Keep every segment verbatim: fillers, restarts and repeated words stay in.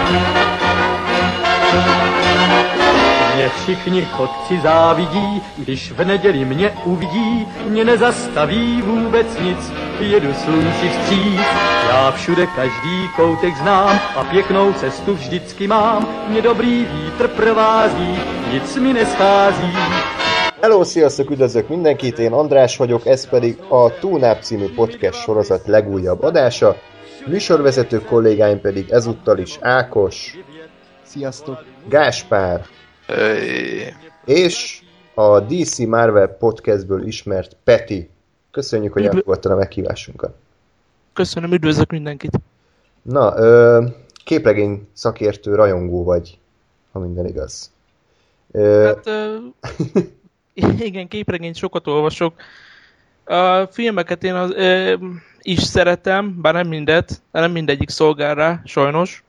Mě všichni chodci závidí, když v neděli mě uvidí, mě nezastaví vůbec nic, jedu slunci vstříc. Já všude každý koutek znám a pěknou cestu vždycky mám, mě dobrý vítr provází, nic mi neschází. Hello, sziasztok, üdvözlök mindenkit, én András vagyok, ez pedig a ToonUp című podcast sorozat legújabb adása. Műsorvezető kollégáim pedig ezúttal is Ákos, sziasztok, Gáspár, Hey. és a dé cé Marvel podcastből ismert Peti. Köszönjük, hogy elfogadtad a meghívásunkat. Köszönöm, üdvözlök mindenkit. Na, ö, képregény szakértő rajongó vagy, ha minden igaz. Ö... Hát, ö, igen, képregényt sokat olvasok. A filmeket én az, ö, is szeretem, bár nem mindet, nem mindegyik szolgál rá, sajnos.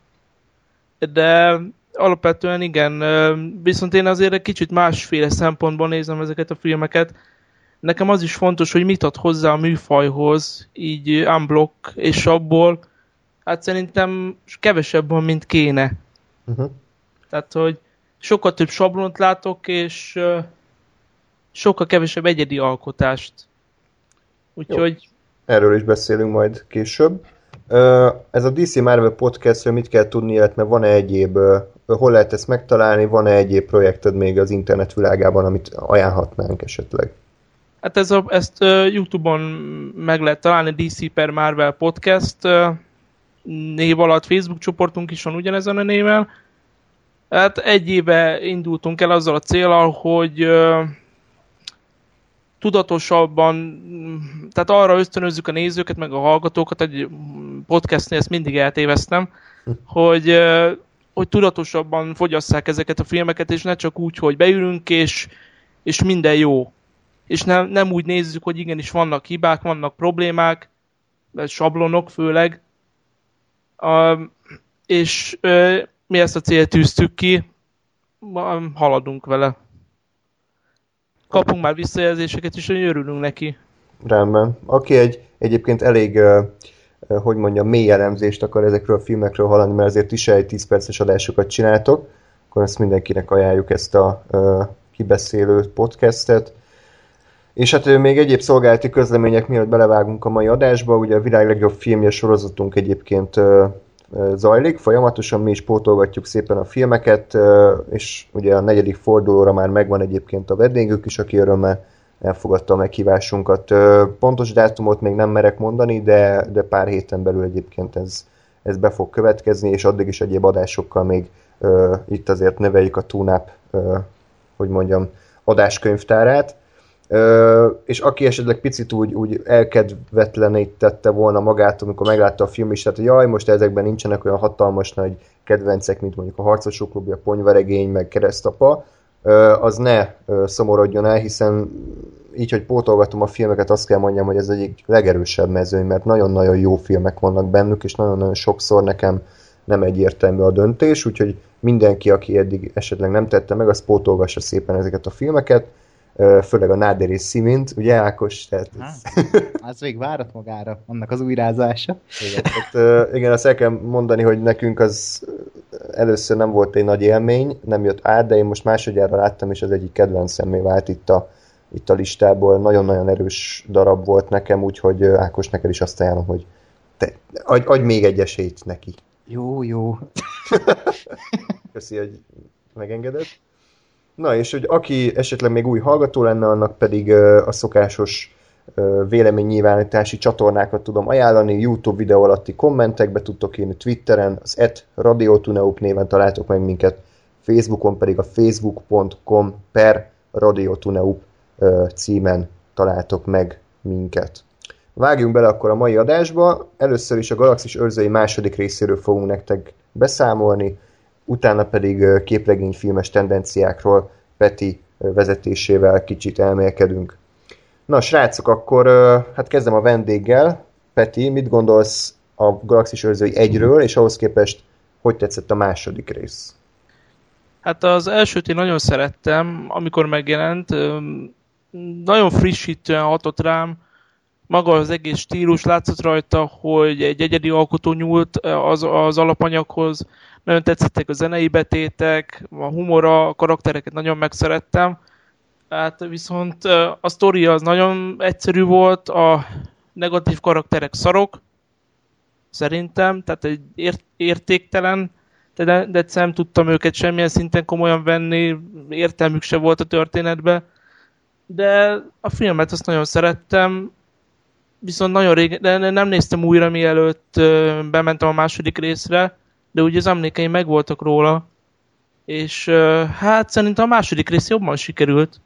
De alapvetően igen, viszont én azért egy kicsit másféle szempontból nézem ezeket a filmeket. Nekem az is fontos, hogy mit ad hozzá a műfajhoz, így unblock, és abból hát szerintem kevesebb van, mint kéne. Uh-huh. Tehát, hogy sokkal több sablont látok, és uh, sokkal kevesebb egyedi alkotást. Úgyhogy... Erről is beszélünk majd később. Uh, ez a dé cé Marvel podcastről mit kell tudni, illetve van-e egyéb, uh, hol lehet ezt megtalálni, van-e egyéb projekted még az internet világában, amit ajánlhatnánk esetleg? Hát ez a, ezt uh, YouTube-on meg lehet találni, dé cé per Marvel Podcast uh, név alatt, Facebook csoportunk is van ugyanezen a néven. Hát egy éve indultunk el azzal a céllal, hogy uh, tudatosabban, tehát arra ösztönözzük a nézőket, meg a hallgatókat, egy podcastnél ezt mindig eltéveztem, hogy, uh, hogy tudatosabban fogyasszák ezeket a filmeket, és ne csak úgy, hogy beülünk, és, és minden jó. És nem, nem úgy nézzük, hogy igenis vannak hibák, vannak problémák, sablonok főleg, uh, és uh, mi ezt a célt tűztük ki, haladunk vele. Kapunk már visszajelzéseket, és örülünk neki. Rendben. Aki egy egyébként elég, uh, uh, hogy mondjam, mély elemzést akar ezekről a filmekről hallani, mert azért is egy tíz perces adásokat csináltok, akkor ezt mindenkinek ajánljuk, ezt a uh, kibeszélő podcastet. És hát még egyéb szolgálati közlemények miatt belevágunk a mai adásba, ugye a világ legjobb filmje sorozatunk egyébként uh, zajlik, folyamatosan mi is pótolgatjuk szépen a filmeket, és ugye a negyedik fordulóra már megvan egyébként a vendégük is, aki örömmel elfogadta a meghívásunkat. Pontos dátumot még nem merek mondani, de, de pár héten belül egyébként ez, ez be fog következni, és addig is egyéb adásokkal még uh, itt azért növeljük a ToonUp, uh, hogy mondjam, adáskönyvtárát. Uh, és aki esetleg picit úgy, úgy elkedvetlenítette volna magát, amikor meglátta a film is, tehát jaj, most ezekben nincsenek olyan hatalmas nagy kedvencek, mint mondjuk a Harcosok klubja, a Ponyvaregény, meg Keresztapa, uh, az ne uh, szomorodjon el, hiszen így, hogy pótolgatom a filmeket, azt kell mondjam, hogy ez egyik legerősebb mezőny, mert nagyon-nagyon jó filmek vannak bennük, és nagyon-nagyon sokszor nekem nem egyértelmű a döntés, úgyhogy mindenki, aki eddig esetleg nem tette meg, az pótolgassa szépen ezeket a filmeket, főleg a Náder és Szimint, ugye Ákos? Tehát ez... az még várat magára, annak az újrázása. Igen, tehát, igen, azt el kell mondani, hogy nekünk az először nem volt egy nagy élmény, nem jött át, de én most másodjára láttam, és az egyik kedvencemmé vált itt a, itt a listából. Nagyon-nagyon erős darab volt nekem, úgyhogy Ákos, neked is azt ajánlom, hogy te, adj, adj még egy esélyt neki. Jó, jó. Köszi, hogy megengedett. Na, és hogy aki esetleg még új hallgató lenne, annak pedig uh, a szokásos uh, véleménynyilvánítási csatornákat tudom ajánlani. YouTube videó alatti kommentekbe tudtok írni, Twitteren, az et radiotuneup néven találtok meg minket, Facebookon pedig a facebook pont com per radiotuneup uh, címen találtok meg minket. Vágjunk bele akkor a mai adásba. Először is a Galaxis őrzői második részéről fogunk nektek beszámolni, utána pedig képregényfilmes tendenciákról Peti vezetésével kicsit elmélkedünk. Na, srácok, akkor hát kezdem a vendéggel. Peti, mit gondolsz a Galaxis őrzői egyről, és ahhoz képest hogy tetszett a második rész? Hát az elsőt én nagyon szerettem, amikor megjelent. Nagyon frissítően hatott rám. maga az egész stílus, látszott rajta, hogy egy egyedi alkotó nyúlt az, az alapanyaghoz, nagyon tetszettek a zenei betétek, a humora, a karaktereket nagyon megszerettem. Hát viszont a sztori az nagyon egyszerű volt, a negatív karakterek szarok, szerintem, tehát egy ért- értéktelen, de, de egyszerűen nem tudtam őket semmilyen szinten komolyan venni, értelmük se volt a történetbe, de a filmet azt nagyon szerettem, viszont nagyon régen, de nem néztem újra, mielőtt bementem a második részre, de ugye az emlékeim megvoltak róla, és hát szerintem a második rész jobban sikerült.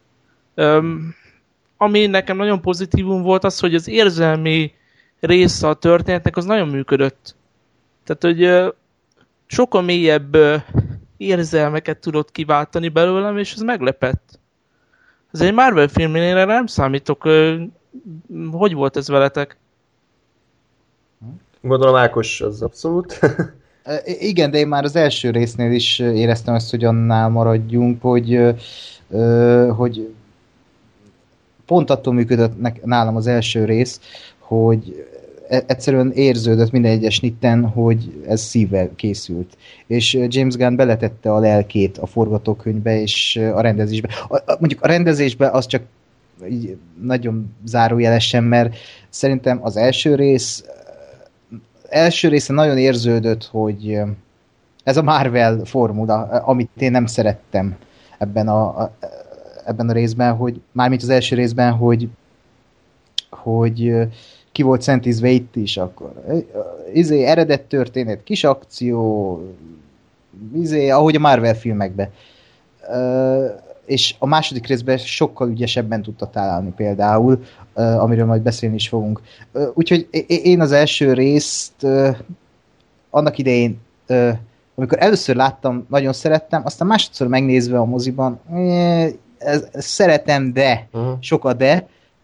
Ami nekem nagyon pozitívum volt az, hogy az érzelmi része a történetnek az nagyon működött. Tehát, hogy sokkal mélyebb érzelmeket tudott kiváltani belőlem, és ez meglepett. Ez egy Marvel filmnél nem számítok. Hogy volt ez veletek? Gondolom Ákos az abszolút. Igen, de én már az első résznél is éreztem ezt, hogy annál maradjunk, hogy, hogy pont attól működött nálam az első rész, hogy egyszerűen érződött minden egyes snitten, hogy ez szívvel készült. És James Gunn beletette a lelkét a forgatókönyvbe és a rendezésbe. A, a, mondjuk a rendezésbe az csak így nagyon zárójelesen, mert szerintem az első rész első része nagyon érződött, hogy ez a Marvel formula, amit én nem szerettem ebben a, a, ebben a részben, hogy mármint az első részben, hogy hogy ki volt szentizve itt is, akkor izé, eredet történet, kis akció, izé, ahogy a Marvel filmekben. És a második részben sokkal ügyesebben tudta találni például, amiről majd beszélni is fogunk. Úgyhogy én az első részt annak idején, amikor először láttam, nagyon szerettem, aztán másodszor megnézve a moziban, ez, szeretem, de, uh-huh. sokat de,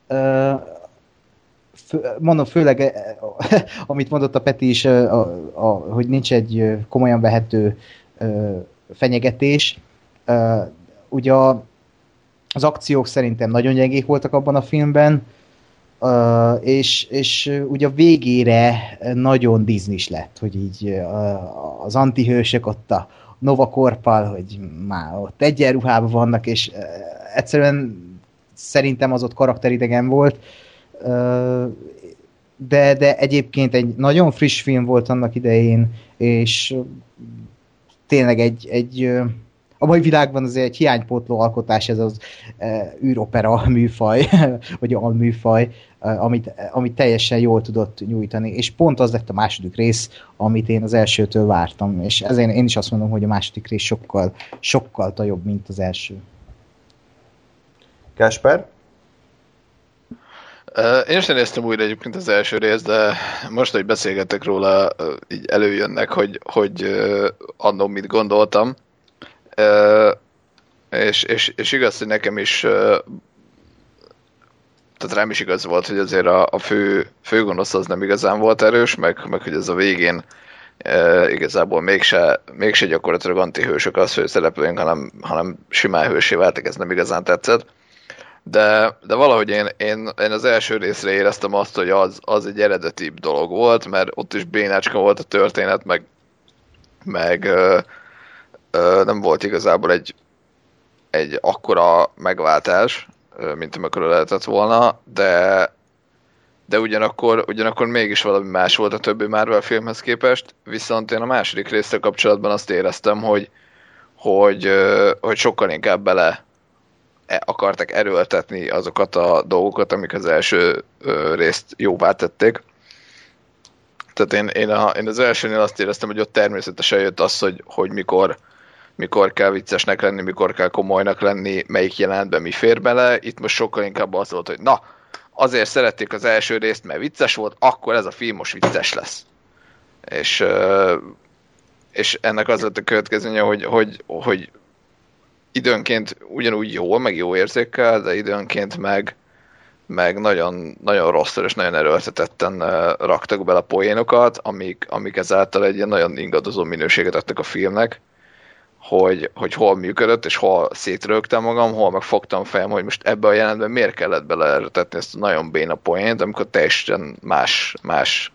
mondom, főleg, amit mondott a Peti is, a, a, hogy nincs egy komolyan vehető fenyegetés. Ugye az akciók szerintem nagyon gyengék voltak abban a filmben, és, és ugye a végére nagyon Disney-s lett, hogy így az antihősök ott a Nova Corppal, hogy már ott egyenruhában vannak, és egyszerűen szerintem az ott karakteridegen volt, de, de egyébként egy nagyon friss film volt annak idején, és tényleg egy, egy a mai világban azért egy hiánypótló alkotás, ez az e, űropera műfaj, vagy alműfaj, e, amit, amit teljesen jól tudott nyújtani, és pont az lett a második rész, amit én az elsőtől vártam, és ezért én is azt mondom, hogy a második rész sokkal, sokkal jobb, mint az első. Gáspár? Én sem néztem újra egyébként az első rész, de most, hogy beszélgetek róla, így előjönnek, hogy, hogy annól mit gondoltam. Uh, és, és, és igaz, hogy nekem is uh, tehát rám is igaz volt, hogy azért a, a fő, főgonosz az nem igazán volt erős, meg, meg hogy ez a végén uh, igazából mégse, mégse gyakorlatilag antihősök az főszereplőink, hanem, hanem simán hősé váltak, ez nem igazán tetszett. De, de valahogy én, én, én az első részre éreztem azt, hogy az, az egy eredetibb dolog volt, mert ott is bénácska volt a történet, meg, meg uh, nem volt igazából egy, egy akkora megváltás, mint amikor lehetett volna, de, de ugyanakkor, ugyanakkor mégis valami más volt a többi Marvel filmhez képest, viszont én a második résztel kapcsolatban azt éreztem, hogy, hogy, hogy sokkal inkább bele akartak erőltetni azokat a dolgokat, amik az első részt jóvá tették. Tehát én, én, a, én az elsőnél azt éreztem, hogy ott természetesen jött az, hogy, hogy mikor mikor kell viccesnek lenni, mikor kell komolynak lenni, melyik jelentben mi fér bele. Itt most sokkal inkább az volt, hogy na, azért szerették az első részt, mert vicces volt, akkor ez a film most vicces lesz. És, és ennek az lett a következménye, hogy, hogy, hogy időnként ugyanúgy jó, meg jó érzékkel, de időnként meg, meg nagyon, nagyon rosszul és nagyon erőltetetten raktak bele poénokat, amik, amik ezáltal egy ilyen nagyon ingadozó minőséget adtak a filmnek. hogy, hogy hol működött, és hol szétrögtem magam, hol meg fogtam fejem, hogy most ebbe a jelentben miért kellett beleerőtetni ezt a nagyon béna poént, amikor teljesen más, más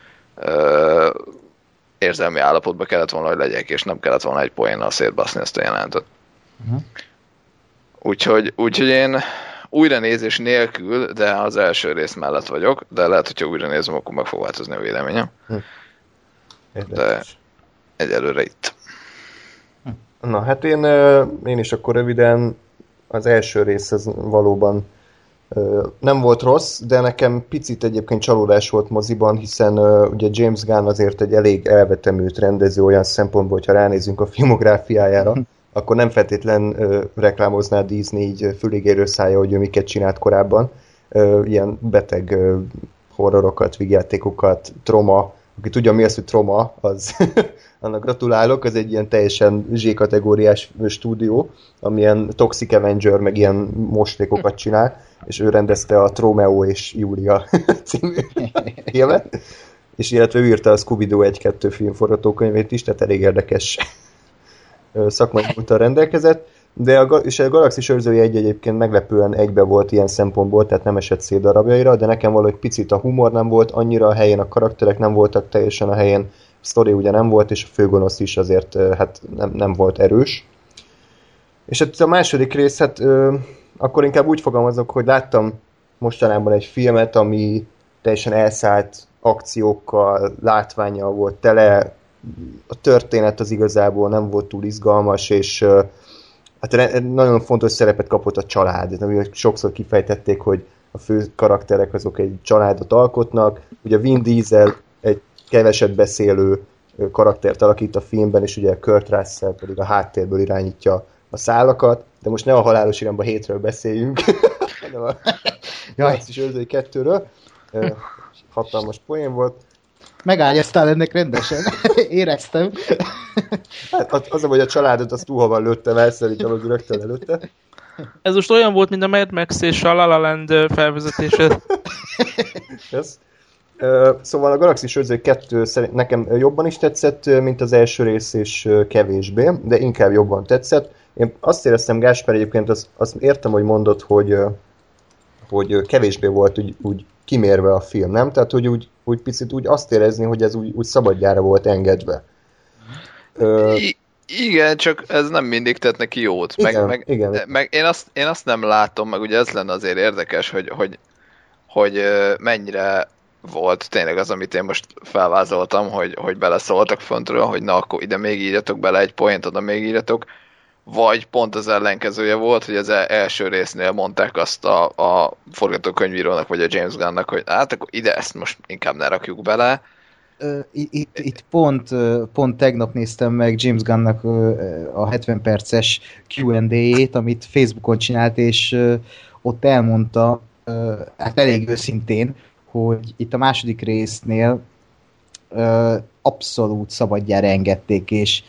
ö, érzelmi állapotba kellett volna, hogy legyek, és nem kellett volna egy poénnal szétbaszni ezt a jelentet. Uh-huh. Úgyhogy, úgyhogy én újranézés nélkül, de az első rész mellett vagyok, de lehet, hogyha újra nézem, akkor meg fog változni a véleményem. Hm. De egyelőre itt. Na, hát én, én is akkor röviden az első rész ez valóban nem volt rossz, de nekem picit egyébként csalódás volt moziban, hiszen ugye James Gunn azért egy elég elvetemült rendező olyan szempontból, hogyha ránézünk a filmográfiájára, akkor nem feltétlen uh, reklámozná a Disney így fülégérő szája, hogy ő miket csinált korábban. Uh, ilyen beteg uh, horrorokat, vígjátékokat, Troma. Aki tudja, mi az, hogy Troma, az annak gratulálok, az egy ilyen teljesen Z-kategóriás stúdió, amilyen Toxic Avenger, meg ilyen mostékokat csinál, és ő rendezte a Tromeo és Júlia című filmet, és illetve ő írta a Scooby-Doo egy-kettő filmforgatókönyvét is, tehát elég érdekes szakmai múlttal rendelkezett, de a, és a Galaxis őrzői egy egyébként meglepően egybe volt ilyen szempontból, tehát nem esett szétdarabjaira, de nekem valahogy picit a humor nem volt annyira a helyén, a karakterek nem voltak teljesen a helyén, a sztori ugye nem volt, és a főgonosz is azért hát nem, nem volt erős. És hát a második rész, hát ö, akkor inkább úgy fogalmazok, hogy láttam mostanában egy filmet, ami teljesen elszállt akciókkal, látvánnyal volt tele, a történet az igazából nem volt túl izgalmas, és uh, hát nagyon fontos szerepet kapott a család. Sokszor kifejtették, hogy a fő karakterek azok egy családot alkotnak. Ugye Vin Diesel egy keveset beszélő karaktert alakít a filmben, és ugye Kurt Russell pedig a háttérből irányítja a szálakat, de most ne a Halálos Iramba hétről beszéljünk, hanem a Galaxis őrzői kettőről. Hatalmas poén volt. Megágyaztál ennek rendesen. Éreztem. Hát az, hogy a családot azt túlhavan lőttem el, szerintem az rögtön előtte. Ez most olyan volt, mint a Mad Max és a La La Land felvezetése. Yes. Uh, szóval a Galaxis őrzői kettő szerint nekem jobban is tetszett, mint az első rész, és kevésbé, de inkább jobban tetszett. Én azt éreztem, Gáspár, egyébként azt, azt értem, hogy mondod, hogy, hogy kevésbé volt úgy, úgy kimérve a film, nem? Tehát, hogy úgy, úgy picit úgy azt érezni, hogy ez úgy, úgy szabadjára volt engedve. Ö... I- igen, csak ez nem mindig tett neki jót. Meg, igen, meg, igen. meg én, azt, én azt nem látom, meg ugye ez lenne azért érdekes, hogy, hogy, hogy mennyire volt tényleg az, amit én most felvázoltam, hogy, hogy beleszóltak föntről, hogy na akkor ide még írjatok bele egy poént, oda még írjatok, vagy pont az ellenkezője volt, hogy az első résznél mondták azt a, a forgatókönyvírónak, vagy a James Gunnnak, hogy hát akkor ide ezt most inkább ne rakjuk bele. Itt, itt pont, pont tegnap néztem meg James Gunnnak a hetven perces Q and A-jét, amit Facebookon csinált, és ott elmondta, hát elég őszintén, hogy itt a második résznél abszolút szabadjára engedték, és,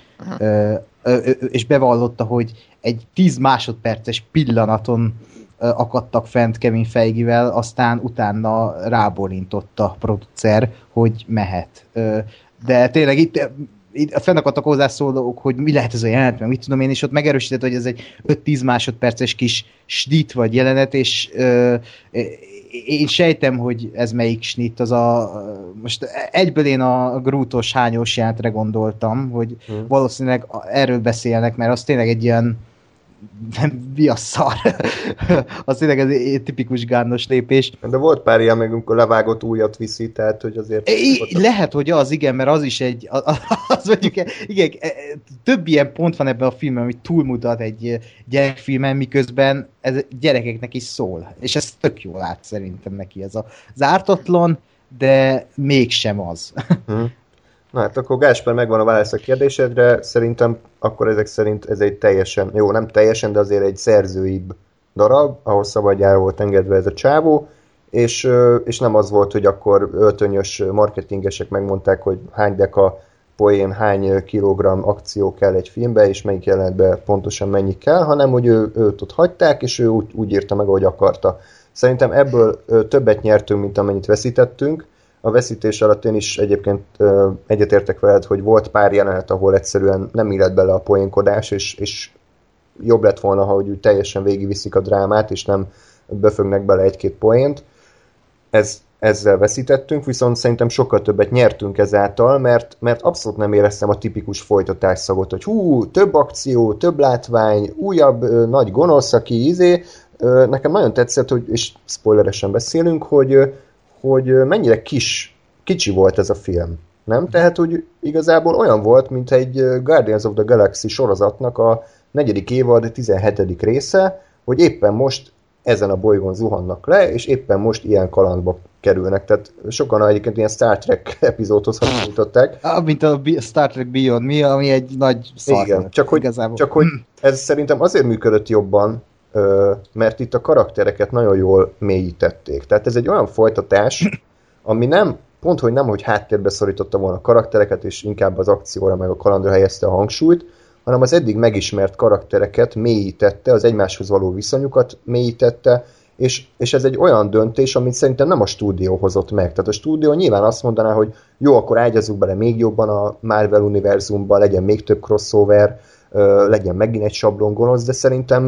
és bevallotta, hogy egy tíz másodperces pillanaton akadtak fent Kevin Feigivel, aztán utána rábólintott a producer, hogy mehet. De tényleg itt, itt fennakadtak hozzászólók, hogy mi lehet ez a jelenet, meg mit tudom én, és ott megerősített, hogy ez egy öt-tíz másodperces kis snit vagy jelenet, és ö, én sejtem, hogy ez melyik snit, az a... Most egyből én a grútos hányós jelentre gondoltam, hogy hmm. valószínűleg erről beszélnek, mert az tényleg egy ilyen nem viasszar. Az tényleg egy tipikus Gunnos lépés. De volt pár ilyen, meg amikor levágott újat viszi, tehát hogy azért... I- lehet, hogy az, igen, mert az is egy... Az, az mondjuk, igen, több ilyen pont van ebben a filmben, ami túlmutat egy gyerekfilmen, miközben ez gyerekeknek is szól. És ez tök jól lát szerintem neki ez az ártatlan, de mégsem az. Hmm. Na hát akkor Gáspár, megvan a válasz a kérdésedre, szerintem akkor ezek szerint ez egy teljesen, jó, nem teljesen, de azért egy szerzőibb darab, ahol szabadjára volt engedve ez a csávó, és, és nem az volt, hogy akkor öltönyös marketingesek megmondták, hogy hány deka poén, hány kilogramm akció kell egy filmbe, és melyik jelenetben pontosan mennyi kell, hanem hogy ő, őt ott hagyták, és ő úgy, úgy írta meg, ahogy akarta. Szerintem ebből többet nyertünk, mint amennyit veszítettünk. a veszítés alatt én is egyébként ö, egyetértek veled, hogy volt pár jelenet, ahol egyszerűen nem illett bele a poénkodás, és, és jobb lett volna, ha úgy teljesen végigviszik a drámát, és nem böfögnek bele egy-két poént. Ez, ezzel veszítettünk, viszont szerintem sokkal többet nyertünk ezáltal, mert, mert abszolút nem éreztem a tipikus folytatásszagot, hogy hú, több akció, több látvány, újabb ö, nagy gonosz, aki izé. Ö, nekem nagyon tetszett, hogy, és spoileresen beszélünk, hogy, ö, hogy mennyire kis, kicsi volt ez a film. Nem? Tehát, hogy igazából olyan volt, mint egy Guardians of the Galaxy sorozatnak a negyedik évad tizenhetedik része, hogy éppen most ezen a bolygón zuhannak le, és éppen most ilyen kalandba kerülnek. Tehát sokan egyébként ilyen Star Trek epizódhoz hasonlították. Ah, mint a Star Trek Beyond Me, ami egy nagy szar. Igen, csak hogy, csak hogy ez szerintem azért működött jobban, mert itt a karaktereket nagyon jól mélyítették. Tehát ez egy olyan folytatás, ami nem, pont hogy nem, hogy háttérbe szorította volna a karaktereket, és inkább az akcióra meg a kalandra helyezte a hangsúlyt, hanem az eddig megismert karaktereket mélyítette, az egymáshoz való viszonyukat mélyítette, és, és ez egy olyan döntés, amit szerintem nem a stúdió hozott meg. Tehát a stúdió nyilván azt mondaná, hogy jó, akkor ágyazzuk bele még jobban a Marvel univerzumba, legyen még több crossover, legyen megint egy sablon gonosz, de szerintem,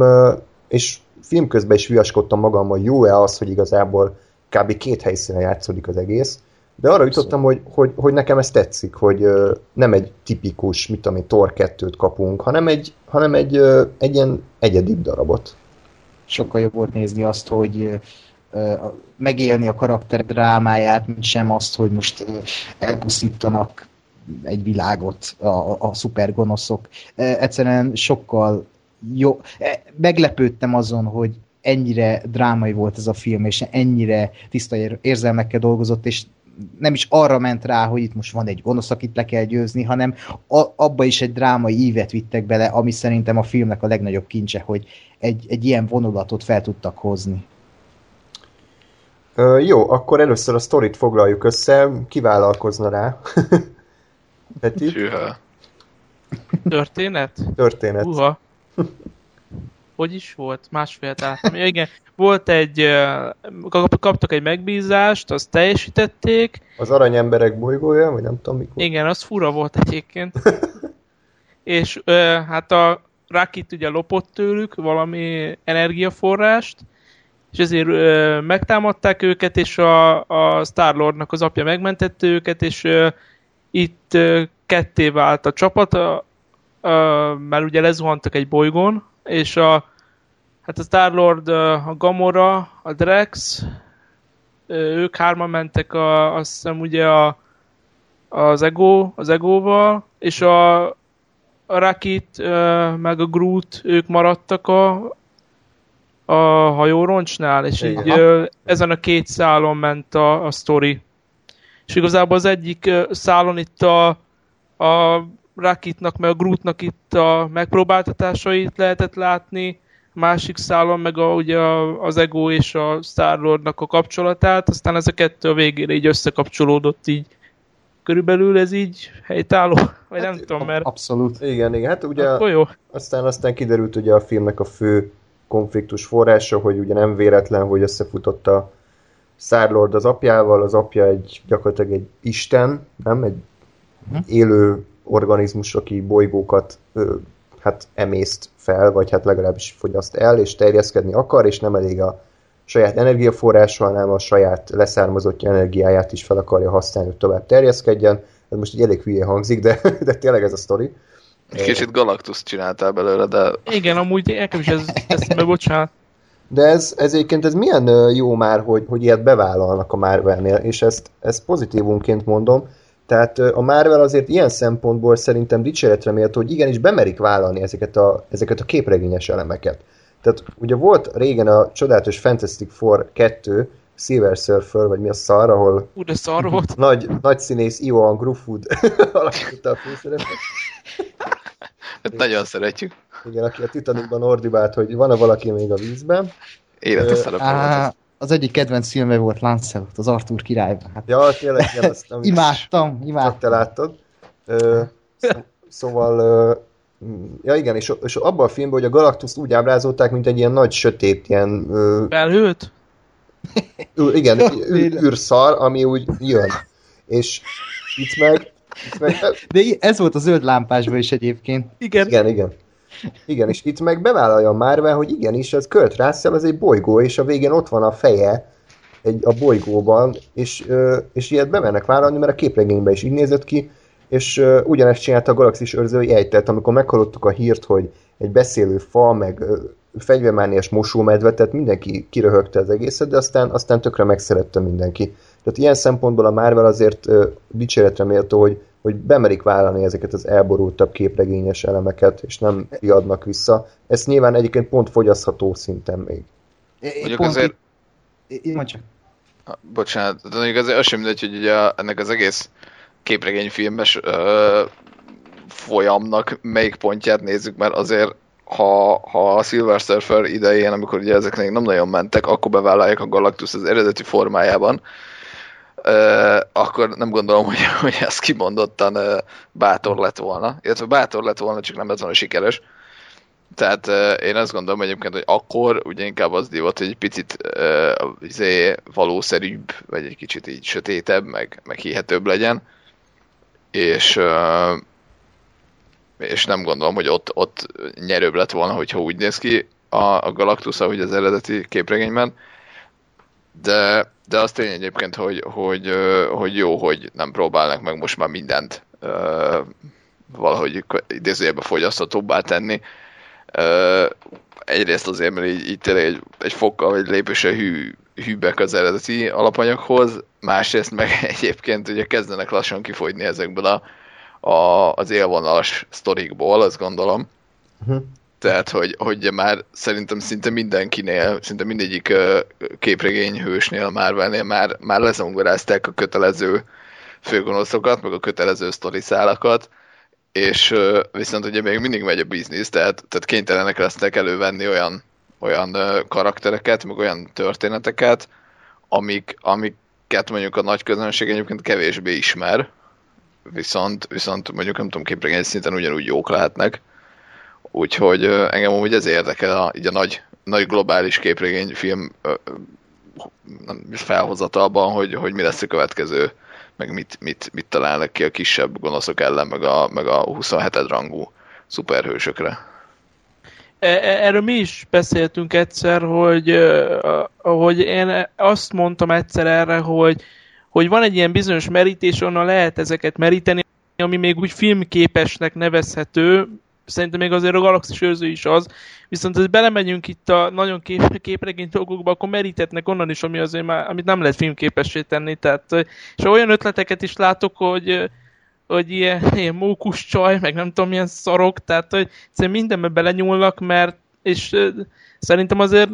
és film közben is viaskodtam magammal, jó-e az, hogy igazából kb. Két helyszínen játszódik az egész, de arra jutottam, hogy, hogy, hogy nekem ez tetszik, hogy uh, nem egy tipikus, mit tudom én, Thor kettőt kapunk, hanem egy, hanem egy, uh, egy ilyen egyedibb darabot. Sokkal jobb volt nézni azt, hogy uh, megélni a karakter drámáját, mint sem azt, hogy most uh, elpusztítanak egy világot a, a szupergonoszok. Uh, egyszerűen sokkal jó. Meglepődtem azon, hogy ennyire drámai volt ez a film, és ennyire tiszta érzelmekkel dolgozott, és nem is arra ment rá, hogy itt most van egy gonosz, akit le kell győzni, hanem a, abba is egy drámai ívet vittek bele, ami szerintem a filmnek a legnagyobb kincse, hogy egy, egy ilyen vonulatot fel tudtak hozni. Ö, jó, akkor először a sztorit foglaljuk össze, ki vállalkozna rá? Peti? Sűha. Történet? Történet. Uha. Hogy is volt? Másfél láttam. Ja, igen, volt egy, kaptak egy megbízást, azt teljesítették. Az aranyemberek bolygója, vagy nem tudom mikor. Igen, az fura volt egyébként. És hát a Rakit ugye lopott tőlük valami energiaforrást, és ezért megtámadták őket, és a, a Star-Lordnak az apja megmentette őket, és itt ketté vált a csapat, mert ugye lezuhantak egy bolygón, és a, hát a Star-Lord, a Gamora, a Drax, ők hárman mentek a, azt hiszem ugye a, az Ego, az Egóval, és a, a Rakit, meg a Groot, ők maradtak a, a hajóroncsnál, és így Aha. ezen a két szálon ment a, a sztori. És igazából az egyik szálon itt a, a Rakitnak, meg a Grootnak itt a megpróbáltatásait lehetett látni, a másik szálon meg a, ugye az Ego és a Star-Lordnak a kapcsolatát, aztán ez a kettő a végére így összekapcsolódott így. Körülbelül ez így helytálló? Vagy hát, nem tudom, mert... Abszolút. Igen, igen, hát ugye akkor jó. Aztán, aztán kiderült ugye a filmnek a fő konfliktus forrása, hogy ugye nem véletlen, hogy összefutott a Star-Lord az apjával, az apja egy gyakorlatilag egy isten, nem? Egy hm. élő organizmus, aki bolygókat ö, hát emészt fel, vagy hát legalábbis fogyaszt el, és terjeszkedni akar, és nem elég a saját energiaforrása, hanem a saját leszármazottja energiáját is fel akarja használni, hogy tovább terjeszkedjen. Ez most egy elég hülye hangzik, de, de tényleg ez a sztori. Kicsit Galactus csináltál belőle, de... Igen, amúgy nekem is ez eszembe, bocsánat. De ez, ez egyébként ez milyen jó már, hogy, hogy ilyet bevállalnak a Marvelnél, és ezt, ezt pozitívunként mondom. Tehát a Marvel azért ilyen szempontból szerintem dicséretre méltó, hogy igenis bemerik vállalni ezeket a, ezeket a képregényes elemeket. Tehát ugye volt régen a csodálatos Fantastic Four kettő, Silver Surfer, vagy mi a szar, ahol Ú, de szar volt. Nagy, nagy színész Ewan Gruffudd alakította a főszerepet. Hát nagyon szeretjük. Igen, aki a Titanicban ordibált, hogy van-e valaki még a vízben. Élete szerepel. Az egyik kedvenc filme volt Lancelot, az Arthur királyban. Hát. Ja, tényleg, igen, azt nem imádtam, imádtam. Csak te láttad. Ö, szóval, ö, ja igen, és, és abban a filmben, hogy a Galactus úgy ábrázolták, mint egy ilyen nagy sötét, ilyen... Ö, Felhőt? Ül, igen, ül, űrszar, ami úgy jön. És itt meg... Itt meg de ez volt a zöld lámpásban is egyébként. Igen. Igen, igen. Igen, és itt meg bevállalja a Marvel, hogy igenis, ez Kurt Russell, ez egy bolygó, és a végén ott van a feje egy, a bolygóban, és, és ilyet bemennek vállalni, mert a képregényben is így nézett ki, és uh, ugyanezt csinálta a Galaxis őrzői egy, tehát amikor meghallottuk a hírt, hogy egy beszélő fa, meg uh, fegyvermániás mosómedve, tehát mindenki kiröhögte az egészet, de aztán, aztán tökre megszerette mindenki. Tehát ilyen szempontból a Marvel azért uh, dicséretre méltó, hogy, hogy bemerik vállalni ezeket az elborultabb képregényes elemeket, és nem riadnak vissza. Ez nyilván egyébként pont fogyasztható szinten még. Mondjuk azért... Mondj csak. Bocsánat, de mondjuk azért az sem mindegy, hogy ugye ennek az egész képregényfilmes ö, folyamnak melyik pontját nézzük, mert azért ha, ha a Silver Surfer idején, amikor ugye ezek még nem nagyon mentek, akkor bevállalják a Galactus az eredeti formájában, ö, akkor nem gondolom, hogy, hogy ez kimondottan ö, bátor lett volna. Illetve bátor lett volna, csak nem lett volna sikeres. Tehát uh, én azt gondolom egyébként, hogy akkor ugye inkább az divat, hogy egy picit uh, valószerűbb, vagy egy kicsit így sötétebb, meg, meg hihetőbb legyen. És, uh, és nem gondolom, hogy ott, ott nyerőbb lett volna, hogyha úgy néz ki a, a Galactus, ahogy az eredeti képregényben. De, de az tény egyébként, hogy, hogy, uh, hogy jó, hogy nem próbálnak meg most már mindent uh, valahogy idézőjelben fogyaszthatóbbá tenni. Uh, egyrészt azért, mert így, így tényleg egy, egy fokkal vagy lépésre hű, hűbbek az eredeti alapanyaghoz, másrészt meg egyébként ugye kezdenek lassan kifogyni ezekből a, a, az élvonalas sztorikból, azt gondolom. Uh-huh. Tehát, hogy, hogy már szerintem szinte mindenkinél, szinte mindegyik uh, képregényhősnél, Marvelnél már, már lezongorázták a kötelező főgonoszokat, meg a kötelező sztoriszálakat, és uh, viszont ugye még mindig megy a biznisz, tehát, tehát kénytelenek lesznek elővenni olyan, olyan uh, karaktereket, meg olyan történeteket, amik, amiket mondjuk a nagy közönség egyébként kevésbé ismer, viszont, viszont mondjuk nem tudom, képregény szinten ugyanúgy jók lehetnek. Úgyhogy uh, engem úgy ez érdekel a, így a nagy, nagy globális képregényfilm uh, felhozatalban, hogy, hogy mi lesz a következő, meg mit, mit, mit találnak ki a kisebb gonoszok ellen, meg a, meg a huszonheted rangú szuperhősökre. Erről mi is beszéltünk egyszer, hogy, hogy én azt mondtam egyszer erre, hogy, hogy van egy ilyen bizonyos merítés, onnan lehet ezeket meríteni, ami még úgy filmképesnek nevezhető, szerintem még azért a Galaxis őrző is az, viszont ha belemegyünk itt a nagyon kép, képregény dolgokba, akkor merítetnek onnan is, ami azért már, amit nem lehet filmképessé tenni, tehát, és olyan ötleteket is látok, hogy, hogy ilyen, ilyen mókus csaj, meg nem tudom, milyen szarok, tehát, hogy szerintem mindenbe belenyúlnak, mert, és szerintem azért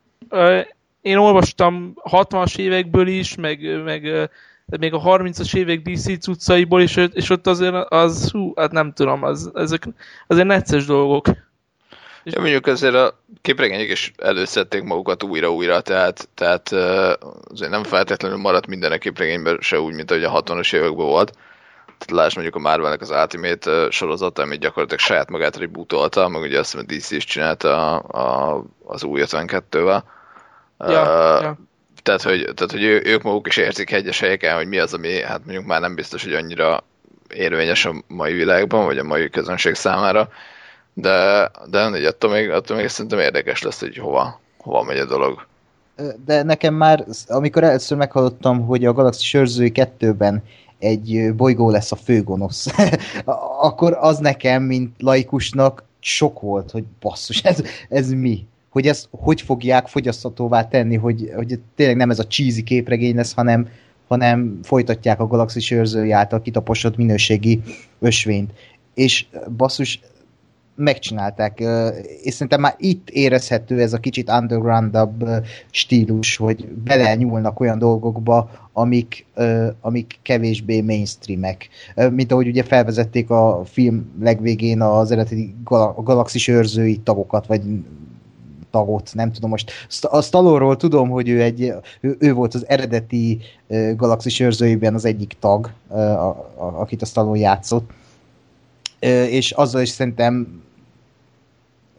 én olvastam hatvanas évekből is, meg, meg de még a harmincas évek dé cé cuccaiból, és, és ott azért az, hú, hát nem tudom, az, ezek azért necces dolgok. Ja, mondjuk azért a képregények is előszedték magukat újra-újra, tehát, tehát azért nem feltétlenül maradt minden a képregényben se úgy, mint ahogy a hatvanas években volt. Tehát lásd mondjuk a Marvelnek az Ultimate sorozata, amit gyakorlatilag saját magát rebootolta, meg ugye azt hiszem a dé cé is csinálta a, a, az új ötvenkettővel. Ja, uh, ja. Tehát, hogy, tehát, hogy ők maguk is érzik egyes helyeken, hogy mi az, ami hát mondjuk már nem biztos, hogy annyira érvényes a mai világban, vagy a mai közönség számára, de, de attól még, attól még szerintem érdekes lesz, hogy hova, hova megy a dolog. De nekem már, amikor először meghallottam, hogy a Galaxis őrzői kettőben egy bolygó lesz a főgonosz, akkor az nekem, mint laikusnak sok volt, hogy basszus, ez, ez mi? Hogy ezt hogy fogják fogyasztatóvá tenni, hogy, hogy tényleg nem ez a cheesy képregény lesz, hanem, hanem folytatják a Galaxis őrzői által kitaposott minőségi ösvényt. És basszus, megcsinálták. És szerintem már itt érezhető ez a kicsit undergroundabb stílus, hogy belenyúlnak olyan dolgokba, amik, amik kevésbé mainstreamek. Mint ahogy ugye felvezették a film legvégén az eredeti gal- Galaxis őrzői tagokat, vagy tagot, nem tudom most. A Stallone-ról tudom, hogy ő, egy, ő, ő volt az eredeti uh, Galaxis őrzőiben az egyik tag, uh, a, a, akit a Stallone játszott. Uh, és azzal is szerintem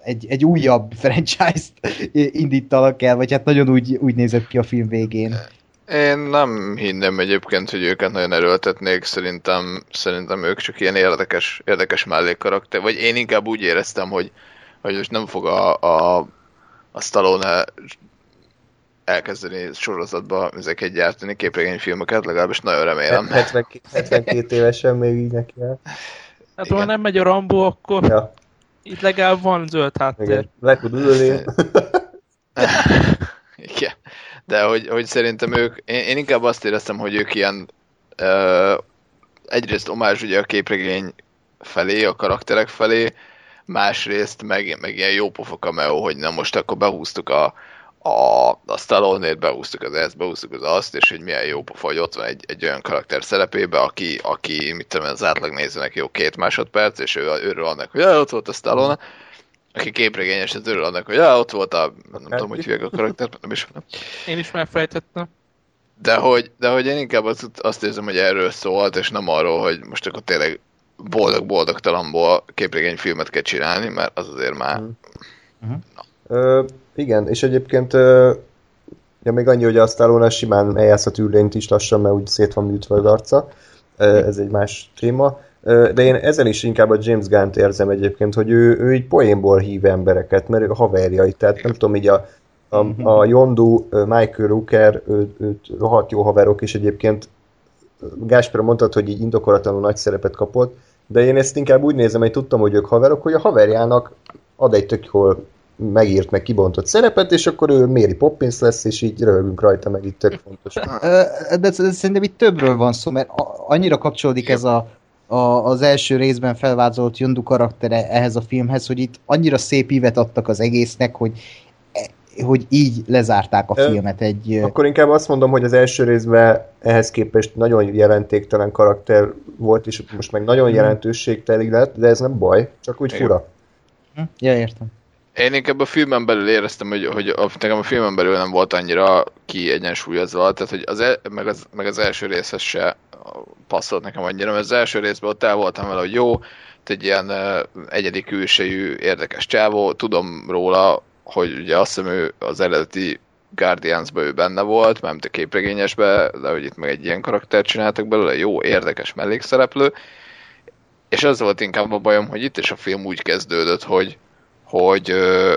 egy, egy újabb franchise-t indítanak el, vagy hát nagyon úgy, úgy nézett ki a film végén. Én nem hinném egyébként, hogy őket nagyon erőltetnék, szerintem, szerintem ők csak ilyen érdekes, érdekes mellékkarakter, vagy én inkább úgy éreztem, hogy, hogy most nem fog a, a, a Stallone elkezdeni sorozatba ezeket gyártani, képregényfilmeket, legalábbis nagyon remélem. hetvenkét évesen még így neki el. Hát ha nem megy a Rambo, akkor Ja. itt legalább van zöld háttér. Igen. Le tud ülni. Igen. De hogy, hogy szerintem ők, én, én inkább azt éreztem, hogy ők ilyen uh, egyrészt omázs ugye a képregény felé, a karakterek felé, másrészt meg, meg ilyen jópofa cameo, hogy na most akkor behúztuk a, a, a Stallone-ét, behúztuk az ezt, behúztuk az azt, és hogy milyen jópofa, hogy ott van egy, egy olyan karakter szerepébe, aki, aki mit tudom, az átlag nézőnek jó két másodperc, és ő, őről annak, hogy ja, ott volt a Stallone, aki képregényes, az örül annak, hogy ja, ott volt a, nem tudom, hogy hívják a karakter, nem is nem. Én is megfejtettem. De hogy, de hogy én inkább azt, azt érzem, hogy erről szólt, és nem arról, hogy most akkor tényleg boldog-boldogtalanból képregényfilmet kell csinálni, mert az azért már... Uh-huh. Ö, igen, és egyébként ö, ja, még annyi, hogy a Stallone simán eljátszhat űrlényt is lassan, mert úgy szét van műtve az arca. Ö, ez egy más téma. De én ezen is inkább a James Gunn-t érzem egyébként, hogy ő, ő így poénból hív embereket, mert ő a haverjai, tehát nem tudom, így a, a, a Yondu, Michael Rooker, ő, őt rohadt jó haverok, és egyébként Gáspár mondtad, hogy így indokolatlanul nagy szerepet kapott, de én ezt inkább úgy nézem, hogy tudtam, hogy ők haverok, hogy a haverjának ad egy tök jól megírt, meg kibontott szerepet, és akkor ő Mary Poppins lesz, és így röhögünk rajta, meg itt tök fontos. De, de szerintem itt többről van szó, mert annyira kapcsolódik ez a A, az első részben felvázolt Yondu karaktere ehhez a filmhez, hogy itt annyira szép ívet adtak az egésznek, hogy, hogy így lezárták a filmet. Egy, Akkor inkább azt mondom, hogy az első részben ehhez képest nagyon jelentéktelen karakter volt, és most meg nagyon jelentőségteli lett, de ez nem baj, csak úgy fura. Ja, értem. Én inkább a filmen belül éreztem, hogy, hogy a, nekem a filmen belül nem volt annyira kiegyensúlyozva, tehát hogy az, el, meg, az, meg az első részhez se passzolt nekem annyira, mert az első részben ott el voltam vele, hogy jó, egy ilyen uh, egyedi külsejű, érdekes csávó, tudom róla, hogy ugye azt hiszem ő az eredeti Guardians-ben ő benne volt, mármint a képregényesben, de hogy itt meg egy ilyen karaktert csináltak belőle, jó, érdekes mellékszereplő, és az volt inkább a bajom, hogy itt is a film úgy kezdődött, hogy hogy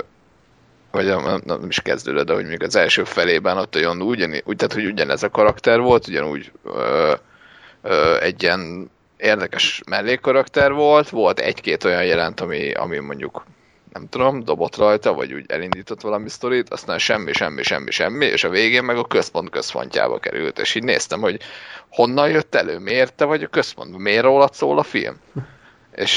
vagy nem, nem is kezdődött, de hogy még az első felében ott olyan ugyan, úgy, tehát hogy ugyanez a karakter volt, ugyanúgy ö, ö, egy ilyen érdekes mellékkarakter volt, volt egy-két olyan jelent, ami, ami mondjuk nem tudom, dobott rajta, vagy úgy elindított valami sztorit, aztán semmi, semmi, semmi, semmi, és a végén meg a központ központjába került, és így néztem, hogy honnan jött elő, miért te vagy a központban, miért rólad szól a film? És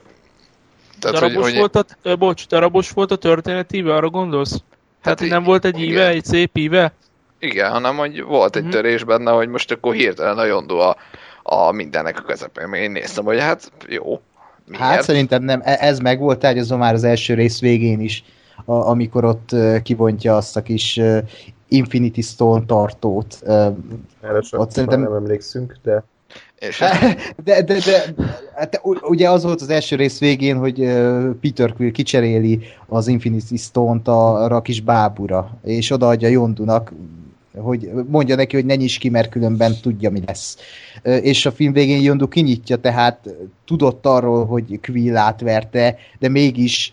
tehát, darabos, hogy, volt a, bocs, darabos volt a történetíve, arra gondolsz? Hát tehát, hogy nem volt egy íve, egy szép íve? Igen, hanem hogy volt egy uh-huh. törés benne, hogy most akkor hirtelen a Yondu a, a mindennek a közepén. Én néztem, hogy hát jó. Miért? Hát szerintem nem, ez meg volt tárgyazva már az első rész végén is, a, amikor ott uh, kibontja azt a kis uh, Infinity Stone tartót. Uh, Erre ott szerintem nem emlékszünk, de... És de, de, de, de ugye az volt az első rész végén, hogy Peter Quill kicseréli az Infinity Stone-t arra a kis bábura, és odaadja Yondunak, hogy mondja neki, hogy ne nyisd ki, mert különben tudja, mi lesz. És a film végén Yondu kinyitja, tehát tudott arról, hogy Quill átverte, de mégis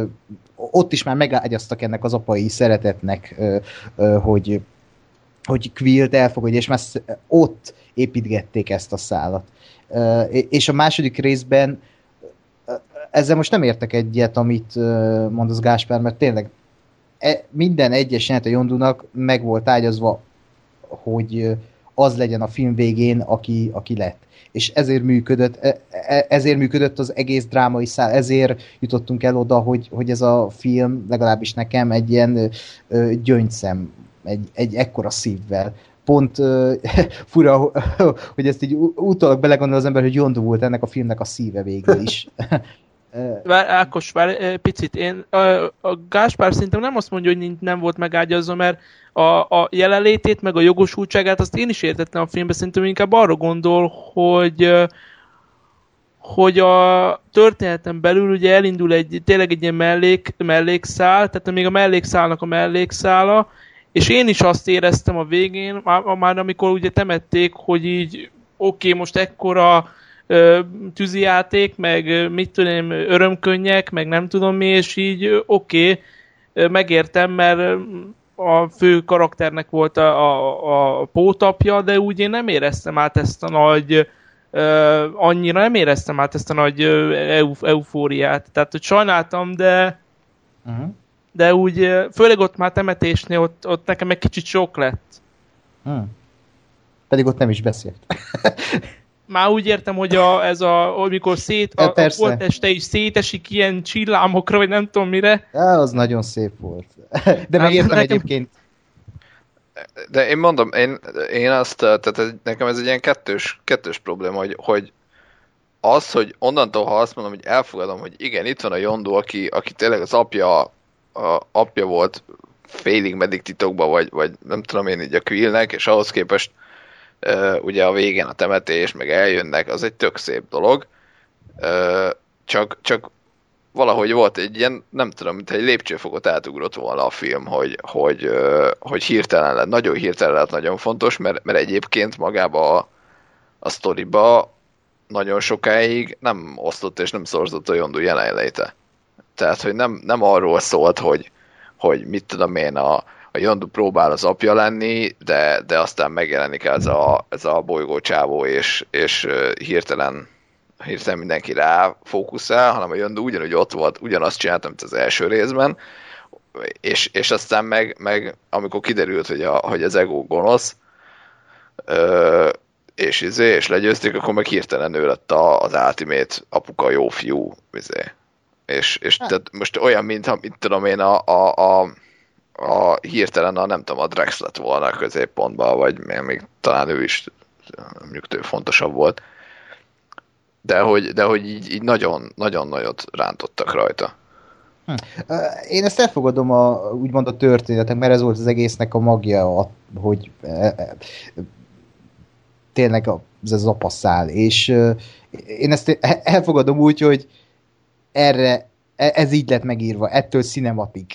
ott is már megágyaztak ennek az apai szeretetnek, hogy, hogy Quillt elfogadja, és már ott építgették ezt a szálat. Uh, és a második részben uh, ezzel most nem értek egyet, amit uh, mondasz Gáspár, mert tényleg e, minden egyes jelent a Yondunak meg volt ágyazva, hogy uh, az legyen a film végén, aki, aki lett. És ezért működött, e, e, ezért működött az egész drámai szál, ezért jutottunk el oda, hogy, hogy ez a film, legalábbis nekem egy ilyen uh, gyöngyszem, egy, egy ekkora szívvel. Pont uh, fura, hogy ezt így utólag belegondol az ember, hogy Yondu volt ennek a filmnek a szíve végül is. Vár, Ákos, vár, picit. Én, a, a Gáspár szerintem nem azt mondja, hogy nem volt megágyazva, mert a, a jelenlétét, meg a jogosultságát azt én is értettem a filmben, szerintem inkább arra gondol, hogy hogy a történeten belül ugye elindul egy, tényleg egy ilyen mellék, mellékszál, tehát még a mellékszálnak a mellékszála, és én is azt éreztem a végén, már, már amikor ugye temették, hogy így oké, okay, most ekkora ö, tűzijáték, meg mit tudom, örömkönnyek, meg nem tudom mi, és így oké, okay, megértem, mert a fő karakternek volt a, a, a pótapja, de úgy én nem éreztem át ezt a nagy Uh, annyira nem éreztem át ezt a nagy uh, euf- eufóriát. Tehát, hogy sajnáltam, de uh-huh. de úgy, uh, főleg ott már temetésnél, ott, ott nekem egy kicsit sok lett. Uh-huh. Pedig ott nem is beszélt. Már úgy értem, hogy a, ez a, amikor szét, a, a holtteste is szétesik ilyen csillámokra, vagy nem tudom mire. Ja, az nagyon szép volt. De megértem nekem... egyébként. De én mondom, én, én azt, tehát nekem ez egy ilyen kettős, kettős probléma, hogy, hogy az, hogy onnantól, ha azt mondom, hogy elfogadom, hogy igen, itt van a Yondu, aki, aki tényleg az apja, a apja volt félig meddig titokban, vagy, vagy nem tudom én így a Quillnek, és ahhoz képest uh, ugye a végén a temetés, meg eljönnek, az egy tök szép dolog. Uh, csak, csak valahogy volt egy ilyen, nem tudom, mint egy lépcsőfokot átugrott volna a film, hogy, hogy, hogy hirtelen lett, nagyon hirtelen lett nagyon fontos, mert, mert egyébként magába a, a sztoriba nagyon sokáig nem osztott és nem szorzott a Yondu jelenléte. Tehát, hogy nem, nem arról szólt, hogy, hogy mit tudom én, a, a Yondu próbál az apja lenni, de, de aztán megjelenik ez a, ez a bolygócsávó, és, és hirtelen hirtelen mindenki rá fókuszál, hanem a Yondu ugyanúgy ott volt, ugyanazt csináltam, mint az első részben, és, és aztán meg, meg amikor kiderült, hogy, a, hogy az ego gonosz, ö, és, izé, és legyőzték, akkor meg hirtelen ő lett a, az ultimate apuka jó fiú, izé. És, és tehát most olyan, mintha, mint tudom én, a, a, a, a hirtelen a, nem tudom, a Drax lett volna a középpontban, vagy még talán ő is mondjuk tő fontosabb volt. De hogy, de hogy így, így nagyon, nagyon nagyot rántottak rajta. Hm. Én ezt elfogadom a, úgymond a történetek, mert ez volt az egésznek a magja, hogy tényleg ez az apaszál, és én ezt elfogadom úgy, hogy erre ez így lett megírva, ettől cinematik.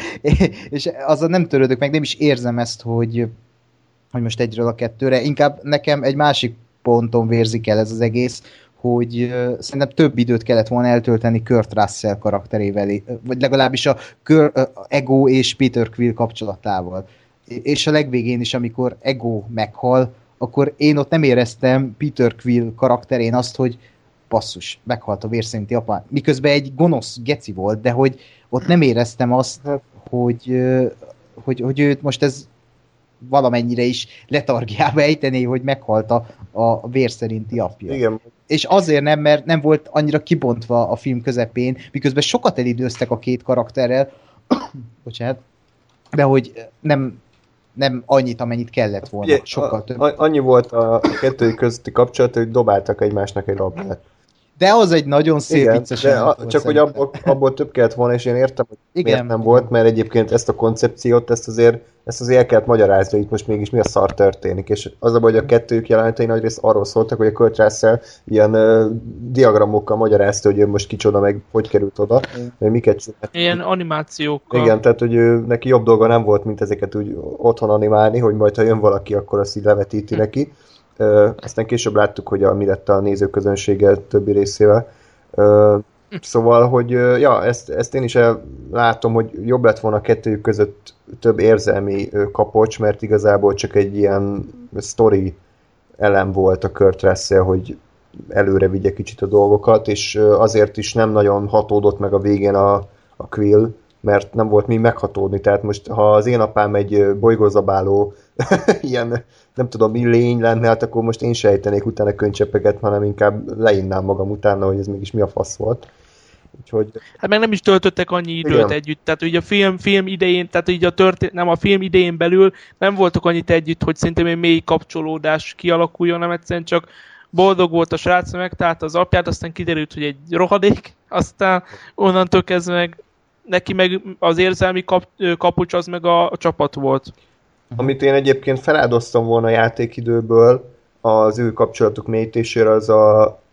És azzal nem törődök meg, nem is érzem ezt, hogy, hogy most egyről a kettőre, inkább nekem egy másik ponton vérzik el ez az egész, hogy uh, szerintem több időt kellett volna eltölteni Kurt Russell karakterével, vagy legalábbis a Kurt, uh, Ego és Peter Quill kapcsolatával. És a legvégén is, amikor Ego meghal, akkor én ott nem éreztem Peter Quill karakterén azt, hogy basszus, meghalt a vérszerinti apa. Miközben egy gonosz geci volt, de hogy ott nem éreztem azt, hogy, uh, hogy, hogy őt most ez valamennyire is letargiába ejtené, hogy meghalt a, a vérszerinti apja. Igen. És azért nem, mert nem volt annyira kibontva a film közepén, miközben sokat elidőztek a két karakterrel, bocsánat, de hogy nem, nem annyit, amennyit kellett volna. Ugye, sokkal több. A, annyi volt a kettőjük közötti kapcsolat, hogy dobáltak egymásnak egy labdát. De az egy nagyon szép igen, vicces de a, csak hogy abból, abból több kellett volna, és én értem, hogy igen, miért nem igen. volt, mert egyébként ezt a koncepciót, ezt azért, ezt azért el kellett magyarázni, hogy itt most mégis mi a szar történik, és az a baj, hogy a kettőjük jelenetei nagyrészt arról szóltak, hogy a Kurt Russell ilyen uh, diagramokkal magyarázta, hogy ő most kicsoda, meg hogy került oda, meg miket csinált. Ilyen animációkkal. Igen, tehát hogy ő, neki jobb dolga nem volt, mint ezeket úgy otthon animálni, hogy majd ha jön valaki, akkor azt így levetíti hm. neki. Uh, aztán később láttuk, hogy a, mi lett a nézőközönséggel többi részével. Uh, szóval, hogy uh, ja, ezt, ezt én is látom, hogy jobb lett volna a kettőjük között több érzelmi uh, kapocs, mert igazából csak egy ilyen story elem volt a Kurt Russell, hogy előre vigye kicsit a dolgokat, és uh, azért is nem nagyon hatódott meg a végén a, a Quill, mert nem volt mi meghatódni. Tehát most, ha az én apám egy bolygózabáló ilyen, nem tudom, mi lény lenne, hát akkor most én sejtenék utána könycseppeket, hanem inkább leinnám magam utána, hogy ez mégis mi a fasz volt. Úgyhogy... Hát meg nem is töltöttek annyi időt igen. együtt, tehát ugye a film, film idején, tehát ugye a történet, nem a film idején belül nem voltak annyit együtt, hogy szerintem egy mély kapcsolódás kialakuljon, nem egyszerűen csak boldog volt a srác, megtalálta az apját, aztán kiderült, hogy egy rohadék, aztán onnantól kezdve meg neki meg az érzelmi kap, kapucs az meg a, a csapat volt. Amit én egyébként feláldoztam volna a játékidőből az ő kapcsolatuk mélyítésére, az a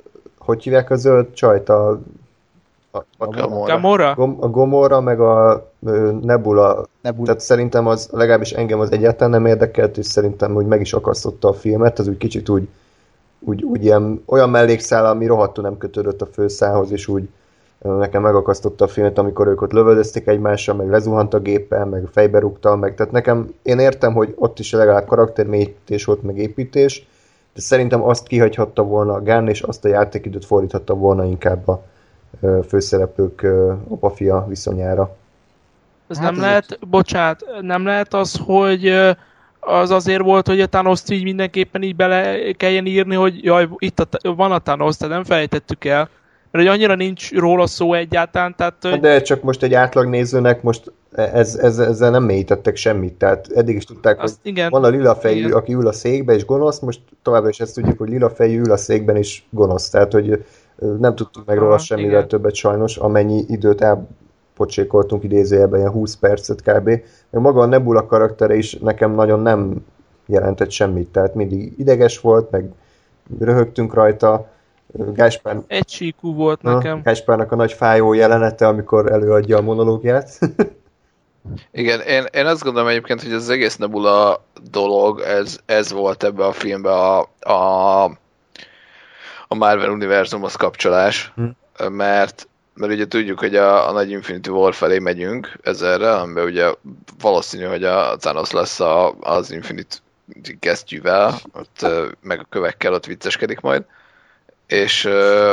hogy hívják a zöld csajt, a a, a, Gamora? a Gomorra, meg a Nebula. Nebula. Tehát szerintem az, legalábbis engem az egyáltalán nem érdekelt, és szerintem úgy meg is akasztotta a filmet, az úgy kicsit úgy, úgy, úgy ilyen, olyan mellékszál, ami rohadtul nem kötődött a főszálhoz, és úgy nekem megakasztotta a filmet, amikor ők ott lövöldözték egymással, meg lezuhant a géppel, meg fejbe rúgta, meg tehát nekem, én értem, hogy ott is legalább karaktermélyítés volt, meg építés, de szerintem azt kihagyhatta volna a Gunn, és azt a játékidőt fordíthatta volna inkább a főszereplők apa-fia viszonyára. Ez Hát nem ez lehet, egy... bocsánat, nem lehet az, hogy az azért volt, hogy a Thanost így mindenképpen így bele kelljen írni, hogy jaj, itt a, van a Thanos, tehát nem felejtettük el. Mert hogy annyira nincs róla szó egyáltalán, tehát... Hogy... De csak most egy átlagnézőnek most ez, ez, ezzel nem mélyítettek semmit, tehát eddig is tudták, azt hogy igen, van a lila fejű, igen, aki ül a székbe és gonosz, most továbbra is ezt tudjuk, hogy lila fejű ül a székben és gonosz, tehát hogy nem tudtuk meg róla semmivel igen. többet sajnos, amennyi időt elpocsékoltunk idézőjelben, ilyen húsz percet kb. Meg maga a Nebula karaktere is nekem nagyon nem jelentett semmit, tehát mindig ideges volt, meg röhögtünk rajta. Gáspár... Egysíkú volt nekem. Gáspárnak a nagy fájó jelenete, amikor előadja a monológiát. Igen, én, én azt gondolom egyébként, hogy az egész Nebula dolog, ez, ez volt ebbe a filmbe a, a, a Marvel univerzumhoz kapcsolás, hm. mert, mert ugye tudjuk, hogy a, a nagy Infinity War felé megyünk ezerre, amiben ugye valószínű, hogy a Thanos lesz a, az Infinity kesztyűvel, ott, meg a kövekkel ott vicceskedik majd, és,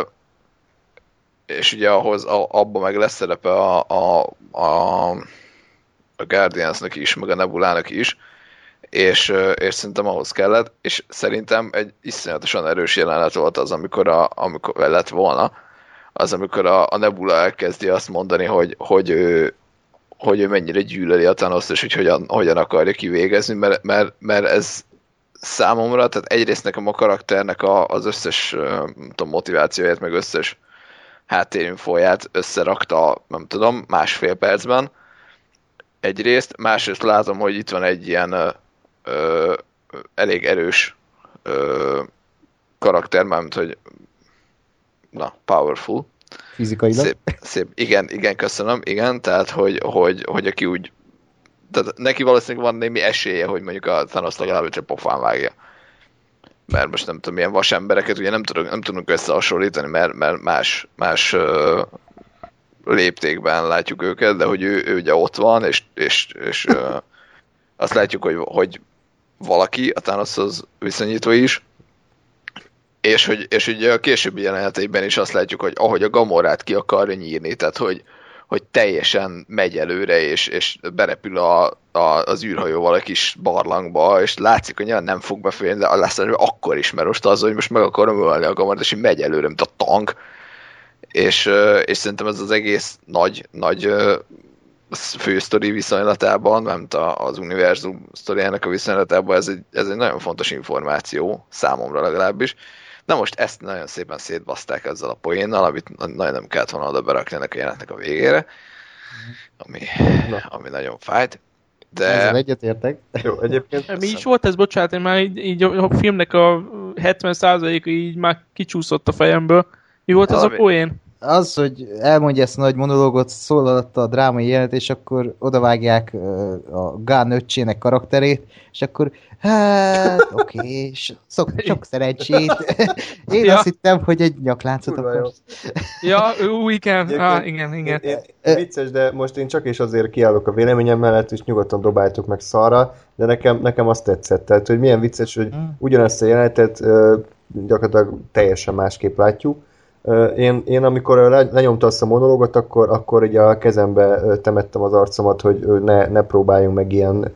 és ugye ahhoz abban meg lesz szerepe a, a, a, a Guardiansnak is, meg a Nebulának is, és, és szerintem ahhoz kellett, és szerintem egy iszonyatosan erős jelenet volt az, amikor, a, amikor lett volna, az, amikor a, a Nebula elkezdi azt mondani, hogy, hogy, ő, hogy ő mennyire gyűlöli a Thanost, és hogy hogyan, hogyan akarja kivégezni, mert, mert, mert ez számomra, tehát egyrészt nekem a karakternek a, az összes nem tudom, motivációját, meg összes háttérinfóját összerakta, nem tudom, másfél percben egyrészt, másrészt látom, hogy itt van egy ilyen ö, ö, elég erős ö, karakter, mármint, hogy na, powerful. Fizikailag? Szép, szép, igen, igen, köszönöm, igen, tehát, hogy, hogy, hogy aki úgy tehát neki valószínűleg van némi esélye, hogy mondjuk a Thanos legalább csak pofán vágja. Mert most nem tudom, milyen vasembereket ugye nem tudunk, nem tudunk összehasonlítani, mert, mert más, más uh, léptékben látjuk őket, de hogy ő, ő ugye ott van, és, és, és uh, azt látjuk, hogy, hogy valaki a Thanoshoz viszonyítva is, és hogy, és ugye a későbbi jeleneteiben is azt látjuk, hogy ahogy a Gamorát ki akarja nyírni, tehát hogy hogy teljesen megy előre, és, és berepül a, a, az űrhajóval a kis barlangba, és látszik, hogy nem fog beférni, de lesz, hogy akkor is, mert most az, hogy most meg akarom ölni a Gamorat, és így megy előre, mint a tank. És, és szerintem ez az egész nagy, nagy fősztori viszonylatában, nem az univerzum sztoriának a viszonylatában, ez egy, ez egy nagyon fontos információ, számomra legalábbis. Na most ezt nagyon szépen szétbaszták ezzel a poénnal, amit nagyon nem kellett volna oda berakni ennek a jelenetnek a végére, ami, ami nagyon fájt. De... Ezzel egyetértek. Jó, egyébként... Mi is volt ez, bocsánat, én már így, így a filmnek a hetven százaléka így már kicsúszott a fejemből. Mi volt az a poén? Az, hogy elmondja ezt a nagy monológot, szól alatt a drámai jelenet, és akkor odavágják a Gunn öccsének karakterét, és akkor hát, oké, okay, és sok, sok szerencsét. Én ja. azt hittem, hogy egy nyakláncot akarsz. Ja, ú, igen, ah, igen, igen. Én, én, vicces, de most én csak és azért kiállok a véleményem mellett, és nyugodtan dobáltuk meg szarra, de nekem, nekem azt tetszett. Tehát, hogy milyen vicces, hogy ugyanazt a jelenetet gyakorlatilag teljesen másképp látjuk. Én, én amikor lenyomta azt a monológot, akkor, akkor ugye a kezembe temettem az arcomat, hogy ne, ne próbáljunk meg ilyen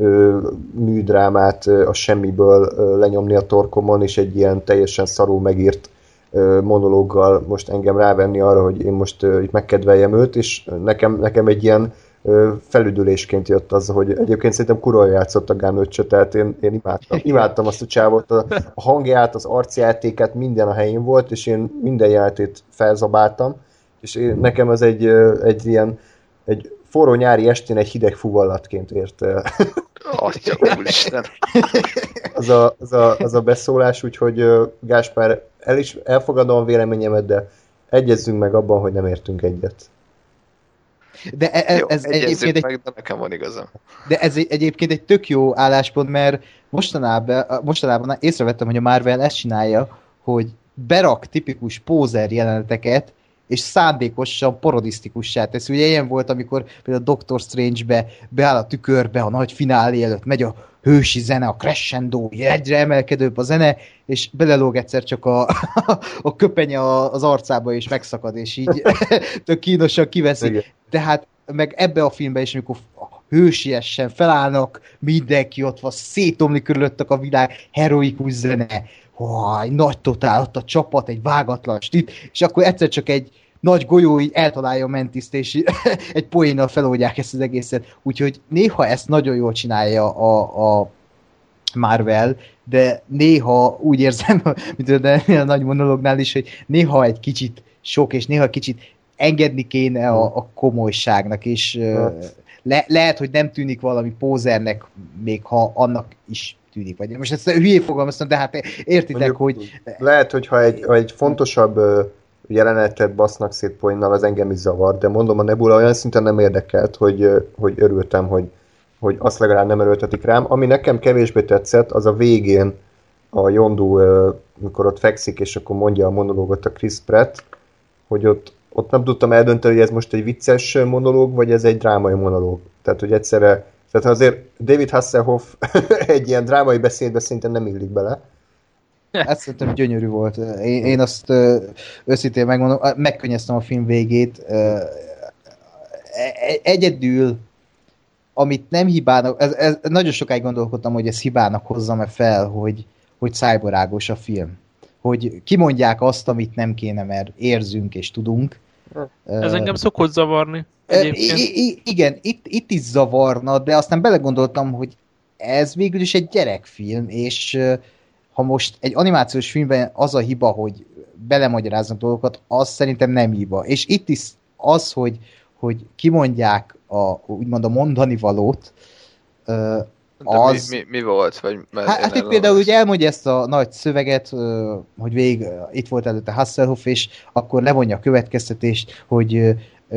műdrámát a semmiből lenyomni a torkomon, és egy ilyen teljesen szarul megírt monológgal most engem rávenni arra, hogy én most itt megkedveljem őt, és nekem, nekem egy ilyen felüdülésként jött az, hogy egyébként szerintem kurva játszott a Gunn öccse, tehát én, én imádtam, imádtam azt a csávot, a, a hangját, az arcjátékát, minden a helyén volt, és én minden jelenetét felzabáltam, és én, nekem ez egy, egy ilyen egy forró nyári estén egy hideg fuvallatként ért el. Atya úristen! az a, az a, az a beszólás, úgyhogy Gáspár, el is elfogadom a véleményemet, de egyezzünk meg abban, hogy nem értünk egyet. De ez, Jó, ez egyébként egy, meg, de nekem van igazam. de ez egyébként egy tök jó álláspont, mert mostanában, mostanában észrevettem, hogy a Marvel ezt csinálja, hogy berak tipikus pózer jeleneteket, és szándékosan parodisztikussá tesz. Ugye ilyen volt, amikor például a Doctor Strange-be beáll a tükörbe, a nagy finálé előtt megy a hősi zene, a crescendo, egyre emelkedőbb a zene, és belelóg egyszer csak a, a köpenye az arcába, és megszakad, és így tök kínosan kiveszi. Igen. Tehát meg ebbe a filmben is, amikor hősiesen felállnak, mindenki ott van, szétomlik körülöttök a világ, heroikus zene, oh, egy nagy totál, ott a csapat, egy vágatlan stit, és akkor egyszer csak egy nagy golyó így eltalálja a Mantiszt, és egy poénnal feloldják ezt az egészet. Úgyhogy néha ezt nagyon jól csinálja a, a Marvel, de néha úgy érzem, mint a nagy monológnál is, hogy néha egy kicsit sok, és néha kicsit engedni kéne a, a komolyságnak, és le, lehet, hogy nem tűnik valami pózernek, még ha annak is tűnik. Vagy most ezt hülyén fogalmaztam, de hát értitek, mondjuk, hogy... Lehet, hogyha egy, egy fontosabb jelenetet basznak szét poénnal, az engem is zavar, de mondom, a Nebula olyan szinten nem érdekelt, hogy, hogy örültem, hogy, hogy azt legalább nem erőltetik rám. Ami nekem kevésbé tetszett, az a végén a Yondu, mikor ott fekszik, és akkor mondja a monológot a Chris Pratt, hogy ott, ott nem tudtam eldönteni, hogy ez most egy vicces monológ, vagy ez egy drámai monológ. Tehát, hogy egyszerre, tehát azért David Hasselhoff egy ilyen drámai beszédbe szinte nem illik bele. Ez szerintem gyönyörű volt. Én, én azt őszintén megmondom, megkönnyeztem a film végét. Egyedül, amit nem hibának, ez, ez, nagyon sokáig gondolkodtam, hogy ez hibának hozzam-e fel, hogy, hogy szájbarágos a film. Hogy kimondják azt, amit nem kéne, mert érzünk és tudunk. Ez engem szokott zavarni. I- I- igen, itt, itt is zavarna, de aztán belegondoltam, hogy ez végül is egy gyerekfilm, és ha most egy animációs filmben az a hiba, hogy belemagyaráznak dolgokat, az szerintem nem hiba. És itt is az, hogy, hogy kimondják a, úgymond a mondani valót, az... Mi, mi, mi volt? Vagy hát hát itt például ugye elmondja ezt a nagy szöveget, hogy végig itt volt előtte Hasselhoff, és akkor levonja a következtetést, hogy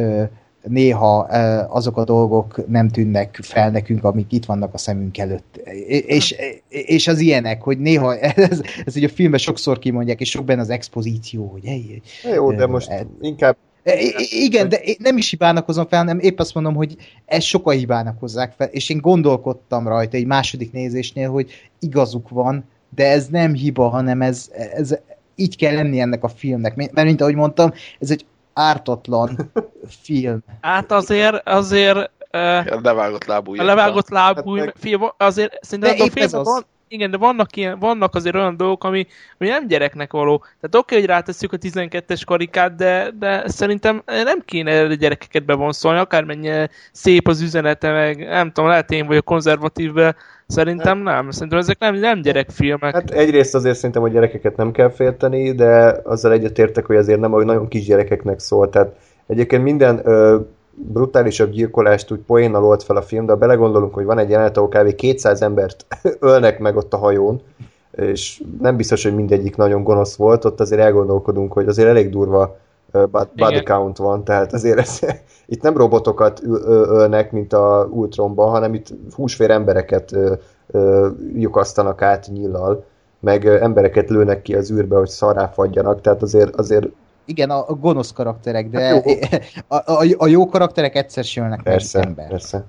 néha azok a dolgok nem tűnnek fel nekünk, amik itt vannak a szemünk előtt. És, és az ilyenek, hogy néha ez, ez ugye a filmben sokszor kimondják, és sok benne az expozíció, hogy ej, jó, de most e, inkább... Igen, de nem is hibának hozom fel, hanem épp azt mondom, hogy ezt sokkal hibának hozzák fel, és én gondolkodtam rajta egy második nézésnél, hogy igazuk van, de ez nem hiba, hanem ez, ez így kell lenni ennek a filmnek. Mert mint ahogy mondtam, ez egy ártatlan film. Hát azért, azért... Uh, a levágott lábúj. A levágott lábúj, hát meg... azért szerintem a filmben van, igen, de vannak, ilyen, vannak azért olyan dolgok, ami, ami nem gyereknek való. Tehát oké, okay, hogy rátesszük a tizenkettes karikát, de, de szerintem nem kéne a gyerekeket bevonszolni, akármennyire szép az üzenete, meg nem tudom, lehet én vagyok konzervatív, de szerintem nem. Szerintem ezek nem, nem gyerekfilmek. Hát egyrészt azért szerintem, hogy gyerekeket nem kell félteni, de azzal egyetértek, hogy azért nem a nagyon kis gyerekeknek szól. Tehát egyébként minden ö, brutálisabb gyilkolást úgy poénnal old fel a film, de ha belegondolunk, hogy van egy jelenet, ahol kb. kétszáz embert ölnek meg ott a hajón, és nem biztos, hogy mindegyik nagyon gonosz volt, ott azért elgondolkodunk, hogy azért elég durva uh, body count van, tehát azért ez, itt nem robotokat ölnek, mint a Ultronban, hanem itt húsvér embereket uh, uh, lyukasztanak át nyíllal, meg uh, embereket lőnek ki az űrbe, hogy szarráfadjanak, tehát azért, azért igen, a, a gonosz karakterek, de hát a, a, a jó karakterek egyszer sem jönnek persze, meg ember. Persze.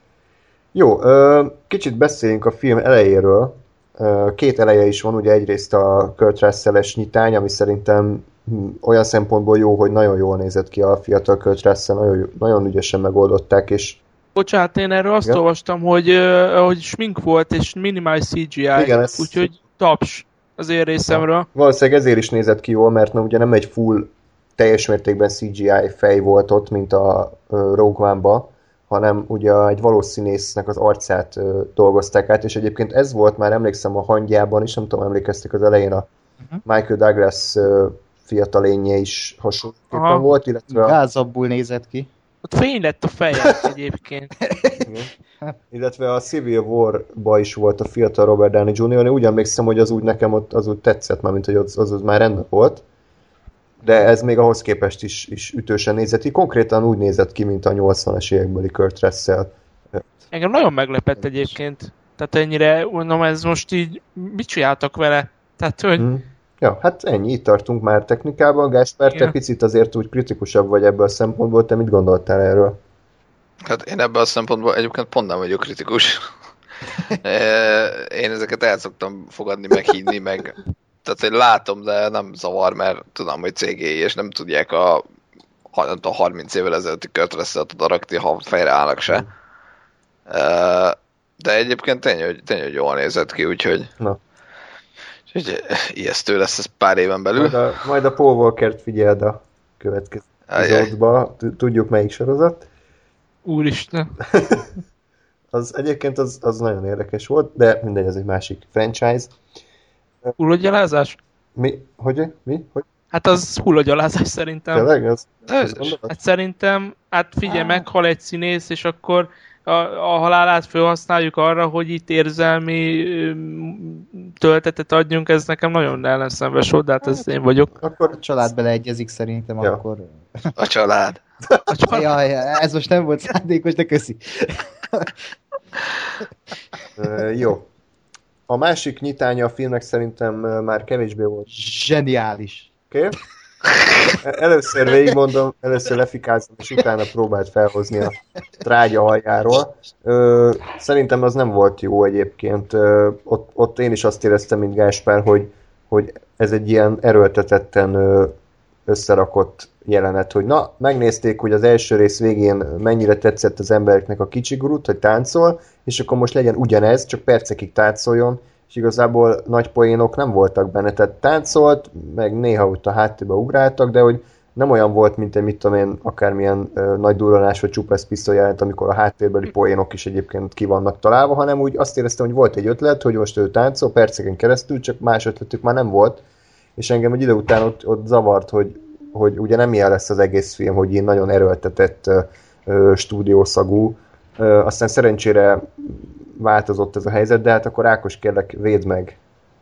Jó, kicsit beszéljünk a film elejéről. Két eleje is van, ugye egyrészt a Kurt Russell-es nyitány, ami szerintem olyan szempontból jó, hogy nagyon jól nézett ki a fiatal Kurt Russell, nagyon, nagyon ügyesen megoldották, és bocsánat, én erről azt igen? olvastam, hogy, hogy smink volt, és minimális cé gé í, igen, úgyhogy taps az én részemről. Valószínűleg ezért is nézett ki jól, mert na, ugye nem egy full teljes mértékben cé gé í fej volt ott, mint a uh, Rogue One-ba, hanem ugye egy valós színésznek az arcát uh, dolgozták át, és egyébként ez volt, már emlékszem a hangjában is, nem tudom, emlékeztek az elején a uh-huh. Michael Douglas uh, fiatal lénye is hasonlóképpen volt, illetve... Gázabbul nézett ki. ott fény lett a feje egyébként. Igen. Illetve a Civil War-ba is volt a fiatal Robert Downey junior Én úgy emlékszem, hogy az úgy nekem ott az úgy tetszett, már mint hogy az, az, az már rendben volt. De ez még ahhoz képest is, is ütősen nézett ki. Konkrétan úgy nézett ki, mint a nyolcvanas évekbeli Kurt Russell. Engem nagyon meglepett egyébként. Tehát ennyire, mondom, ez most így, mit csináltak vele? Tehát, hogy... Hmm. Ja, hát ennyi, itt tartunk már technikában. Gáspár, te picit azért úgy kritikusabb vagy ebből a szempontból, te mit gondoltál erről? Hát én ebből a szempontból egyébként pont nem vagyok kritikus. Én ezeket el szoktam fogadni, meg hinni, meg... Tehát én látom, de nem zavar, mert tudom, hogy cé gé í, és nem tudják a, a harminc évvel ezelőtti Kurt Russell-t oda rakni, ha fejre állnak se. De egyébként tény, hogy, tény, hogy jól nézett ki, úgyhogy... Na. Úgyhogy ijesztő lesz ez pár éven belül. Majd a, majd a Paul Walkert figyeld a következő epizódba. Tudjuk, melyik sorozat. Úristen. Az egyébként az, az nagyon érdekes volt, de mindegy, ez egy másik franchise. Hullógyalázás? Mi? Hogy? Mi? Hogy? Hát az hullógyalázás szerintem. Tényleg? Az, az hát szerintem, hát figyelj, meghal egy színész, és akkor a, a halálát felhasználjuk arra, hogy itt érzelmi töltetet adjunk, ez nekem nagyon ellenszenves volt, de hát ez én vagyok. Akkor a család beleegyezik szerintem, ja. Akkor... A család. A család. Jaj, ez most nem volt szándékos, de köszi. uh, jó. A másik nyitánya a filmnek szerintem már kevésbé volt. Zseniális. Oké? Okay? Először végigmondom, először lefikázom, és utána próbált felhozni a trágya aljáról. Ö, szerintem az nem volt jó egyébként. Ö, ott, ott én is azt éreztem, mint Gáspár, hogy, hogy ez egy ilyen erőltetetten ö, összerakott jelenet, hogy na, megnézték, hogy az első rész végén mennyire tetszett az embereknek a kicsi Groot, hogy táncol, és akkor most legyen ugyanez, csak percekig táncoljon, és igazából nagy poénok nem voltak benne, tehát táncolt, meg néha ott a háttérbe ugráltak, de hogy nem olyan volt, mint egy, mit tudom én, akármilyen ö, nagy durranás vagy csupasz pisztoly jelent, amikor a háttérbeli poénok is egyébként ki vannak találva, hanem úgy azt éreztem, hogy volt egy ötlet, hogy most ő táncol perceken keresztül, csak más ötletük már nem volt, és engem egy idő után ott, ott zavart, hogy, hogy ugye nem ilyen lesz az egész film, hogy ilyen nagyon erőltetett ö, ö, stúdiószagú, ö, aztán szerencsére változott ez a helyzet, de hát akkor Ákos, kérlek, védd meg.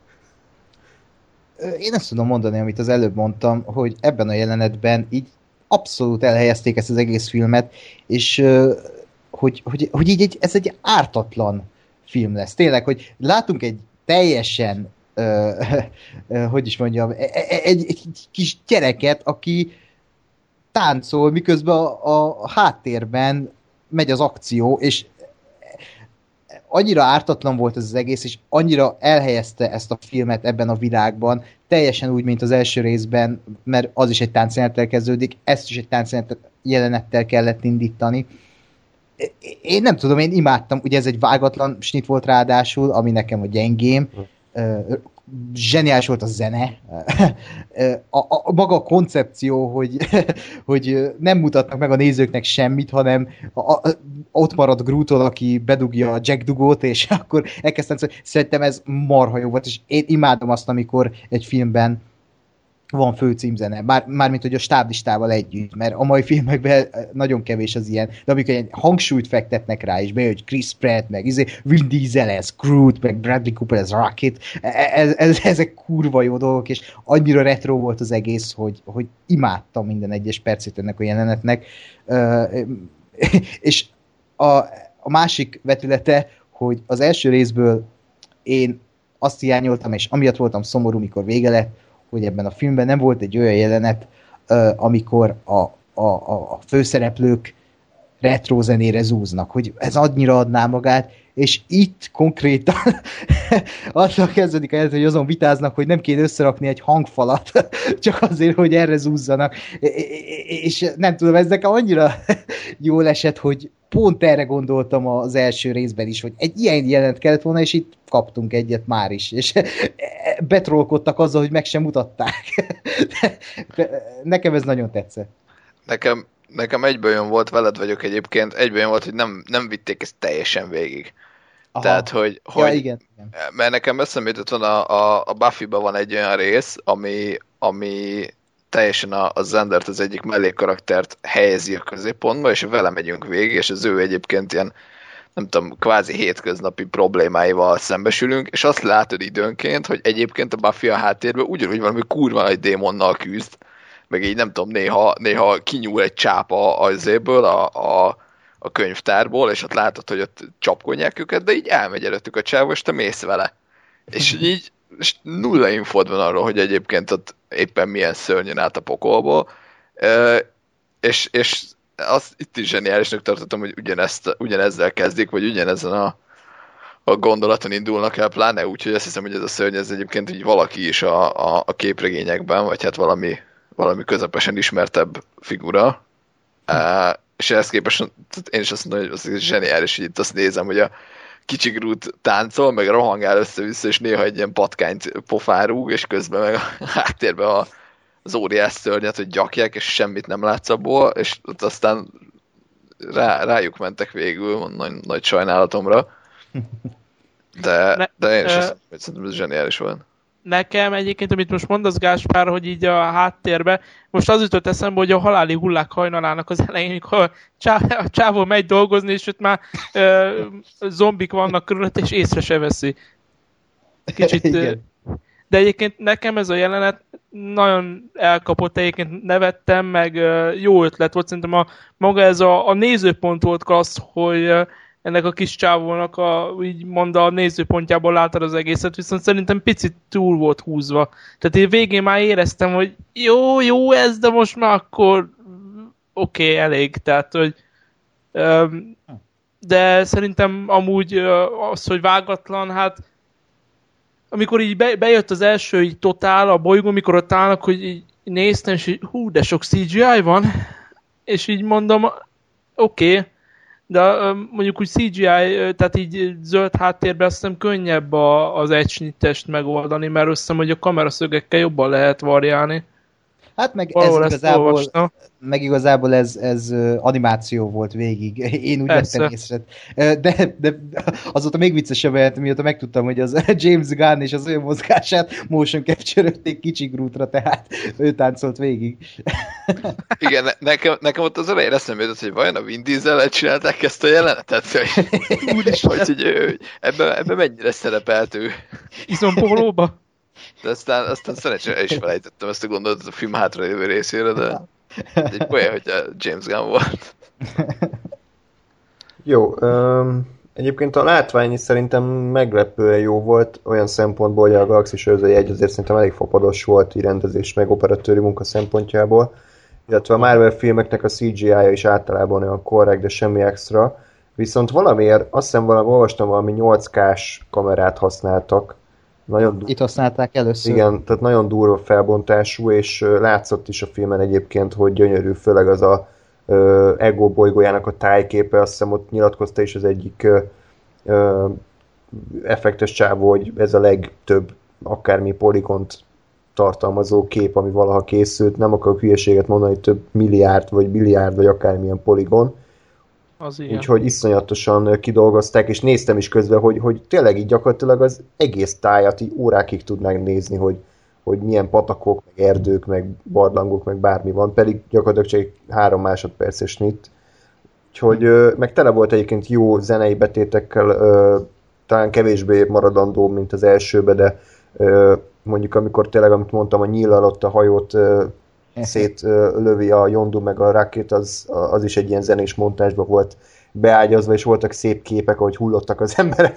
Én ezt tudom mondani, amit az előbb mondtam, hogy ebben a jelenetben így abszolút elhelyezték ezt az egész filmet, és hogy, hogy, hogy így egy, ez egy ártatlan film lesz. Tényleg, hogy látunk egy teljesen, uh, uh, hogy is mondjam, egy, egy, egy kis gyereket, aki táncol, miközben a, a háttérben megy az akció, és annyira ártatlan volt ez az egész, és annyira elhelyezte ezt a filmet ebben a világban, teljesen úgy, mint az első részben, mert az is egy táncjelenettel kezdődik, ezt is egy táncjelenettel kellett indítani. Én nem tudom, én imádtam, ugye ez egy vágatlan snit volt ráadásul, ami nekem a gyengém, zseniális volt a zene, a, a, a maga a koncepció, hogy, hogy nem mutatnak meg a nézőknek semmit, hanem a, a, ott marad Grooton, aki bedugja a Jack Dugót, és akkor elkezdtem, szerintem ez marha jó volt, és én imádom azt, amikor egy filmben van főcímzene, Bár, mármint, hogy a stáblistával együtt, mert a mai filmekben nagyon kevés az ilyen, de amikor egy hangsúlyt fektetnek rá, és bejön, hogy Chris Pratt, meg izé, Vin Diesel ez, Groot, meg Bradley Cooper ez, Rocket, ez, ez, ezek kurva jó dolgok, és annyira retro volt az egész, hogy, hogy imádtam minden egyes percét ennek a jelenetnek, és a, a másik vetülete, hogy az első részből én azt hiányoltam, és amiatt voltam szomorú, mikor vége lett, hogy ebben a filmben nem volt egy olyan jelenet, amikor a, a, a főszereplők retro zenére zúznak, hogy ez annyira adná magát, és itt konkrétan azzal kezdődik el, hogy azon vitáznak, hogy nem kéne összerakni egy hangfalat, csak azért, hogy erre zúzzanak. És nem tudom, ez nekem annyira jól esett, hogy pont erre gondoltam az első részben is, hogy egy ilyen jelent kellett volna, és itt kaptunk egyet már is. És betrolkodtak azzal, hogy meg sem mutatták. Nekem ez nagyon tetszett. Nekem, nekem egyből jön volt, veled vagyok egyébként, egyből jön volt, hogy nem, nem vitték ezt teljesen végig. Aha. Tehát, hogy, hogy ja, igen, igen. Mert nekem eszembe jutott van, a, a, a Buffy-ban van egy olyan rész, ami, ami teljesen a, a Zendert, az egyik mellékkaraktert helyezi a középpontba, és vele megyünk végig, és az ő egyébként ilyen, nem tudom, kvázi hétköznapi problémáival szembesülünk, és azt látod időnként, hogy egyébként a Buffy a háttérben ugyanúgy valami kurva nagy démonnal küzd, meg így nem tudom, néha, néha kinyúl egy csápa azéből, a, a, a könyvtárból, és ott látod, hogy ott csapkodják őket, de így elmegy előttük a csávó, és te mész vele. És így és nulla infód van arról, hogy egyébként ott éppen milyen szörnyen át a pokolból, e, és, és azt itt is zseniálisnak tartottam, hogy ugyanezt, ugyanezzel kezdik, vagy ugyanezen a, a gondolaton indulnak el, pláne úgy, hogy azt hiszem, hogy ez a szörny, ez egyébként így valaki is a, a, a képregényekben, vagy hát valami, valami közepesen ismertebb figura. Hm. E, és ehhez képest én is azt mondom, hogy az zseniális, hogy itt azt nézem, hogy a kicsi Groot táncol, meg rohangál össze-vissza, és néha egy ilyen patkányt pofárúg, és közben meg a háttérben a, az óriás szörnyet, hogy gyakják, és semmit nem látsz abból, és ott aztán rá, rájuk mentek végül, nagy, nagy sajnálatomra. De, de én is azt mondom, hogy szerintem ez zseniális volt. Nekem egyébként, amit most mondasz, Gáspár, hogy így a háttérbe, most az jutott eszembe, hogy a haláli hullák hajnalának az elején, amikor a csávó megy dolgozni, és ott már ö, zombik vannak körülött, és észre se veszi. Kicsit, de egyébként nekem ez a jelenet nagyon elkapott, egyébként nevettem, meg jó ötlet volt, szerintem a, maga ez a, a nézőpont volt klassz, hogy ennek a kis csávónak a, így mond a nézőpontjából látod az egészet, viszont szerintem picit túl volt húzva. Tehát én végén már éreztem, hogy jó, jó ez, de most már akkor oké, okay, elég. Tehát, hogy de szerintem amúgy az, hogy vágatlan, hát amikor így be, bejött az első így totál a bolygó, mikor ott állnak, hogy így néztem, és így, hú, de sok cé gé í van, és így mondom, oké, okay, de mondjuk úgy cé gé í, tehát így zöld háttérben azt hiszem könnyebb a, az edge-test megoldani, mert azt hiszem, hogy a kameraszögekkel jobban lehet variálni. Hát meg ez igazából, meg igazából ez, ez animáció volt végig. Én úgy vettem észre. De, de azóta még viccesebb lehet, mióta megtudtam, hogy az James Gunn és az ő mozgását motion capture-ötték kicsi Grootra, tehát ő táncolt végig. Igen, ne, nekem, nekem ott az elején eszembe jutott, hogy vajon a Vin Diesel-el csinálták ezt a jelenetet? Úgyis, hogy, hogy, hogy ebben ebbe mennyire szerepelt ő. Izompólóba? De aztán, aztán szerencsére is felejtettem ezt a gondolatot a film hátralévő részére, de egy olyan, hogy James Gunn volt. Jó, um, egyébként a látvány is szerintem meglepően jó volt, olyan szempontból, hogy a Galaxis őrzői egy azért szerintem elég fapados volt, így rendezés meg operatőri munka szempontjából, illetve a Marvel filmeknek a cé gé í-ja is általában olyan korrekt, de semmi extra, viszont valamiért azt hiszem valami, olvastam, valami nyolc ká-s kamerát használtak. Nagyon Itt használták először. Igen, tehát nagyon durva felbontású, és uh, látszott is a filmen egyébként, hogy gyönyörű, főleg az a uh, Ego bolygójának a tájképe, azt hiszem ott nyilatkozta is az egyik uh, uh, effektes csávó, hogy ez a legtöbb akármi poligont tartalmazó kép, ami valaha készült, nem akarok hülyeséget mondani, több milliárd, vagy milliárd, vagy akármilyen poligon. Úgyhogy iszonyatosan kidolgozták, és néztem is közben, hogy, hogy tényleg így gyakorlatilag az egész tájat így órákig tudnánk nézni, hogy, hogy milyen patakok, meg erdők, meg barlangok, meg bármi van, pedig gyakorlatilag csak egy három másodperces snitt. Úgyhogy meg tele volt egyébként jó zenei betétekkel, talán kevésbé maradandó, mint az elsőbe, de mondjuk amikor tényleg, amit mondtam, a nyíllal ott a hajót szétlövi a Yondu meg a Rocket, az, az is egy ilyen zenés montásban volt beágyazva, és voltak szép képek, ahogy hullottak az emberek.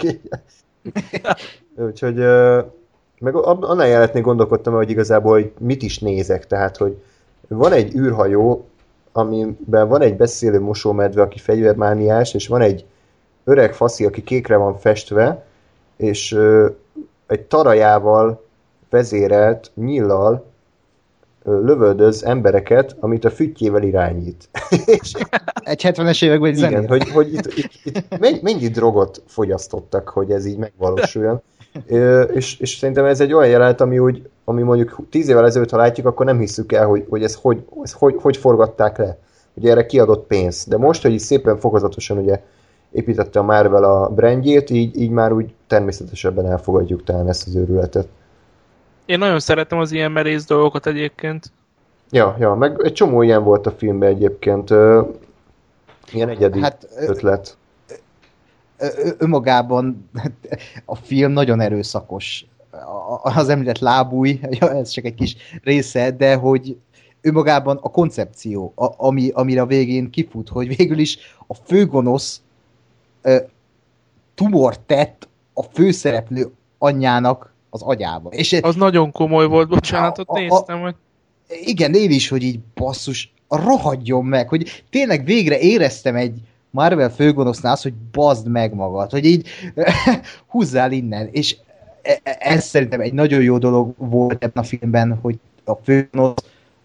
Úgyhogy meg annál jelenetnél gondolkodtam, hogy igazából hogy mit is nézek, tehát, hogy van egy űrhajó, amiben van egy beszélő mosómedve, aki fegyvermániás, és van egy öreg faszi, aki kékre van festve, és egy tarajával vezérelt nyíllal lövöldöz embereket, amit a füttyével irányít. Egy hetvenes években egy Igen, hogy, hogy itt, itt, itt mennyi, mennyi drogot fogyasztottak, hogy ez így megvalósuljon. és, és szerintem ez egy olyan jelenet, ami, úgy, ami mondjuk tíz évvel ezelőtt, ha látjuk, akkor nem hiszük el, hogy, hogy ez, hogy, ez hogy, hogy forgatták le. Ugye erre kiadott pénz. De most, hogy így szépen fokozatosan ugye építette a Marvel a brandjét, így, így már úgy természetesebben elfogadjuk talán ezt az őrületet. Én nagyon szeretem az ilyen merész dolgokat egyébként. Ja, ja, meg egy csomó ilyen volt a filmben egyébként. Ilyen egyedi hát, ötlet. Önmagában a film nagyon erőszakos. Az említett lábúj, ja, ez csak egy kis része, de hogy önmagában a koncepció, a, ami, amire a végén kifut, hogy végül is a főgonosz uh, tumort tett a főszereplő anyjának az agyába. És az nagyon komoly volt, bocsánat, ott néztem, hogy... Igen, én is, hogy így basszus, rohadjon meg, hogy tényleg végre éreztem egy Marvel főgonosznál azt, hogy bazd meg magad, hogy így húzzál innen, és ez szerintem egy nagyon jó dolog volt ebben a filmben, hogy a főgonosz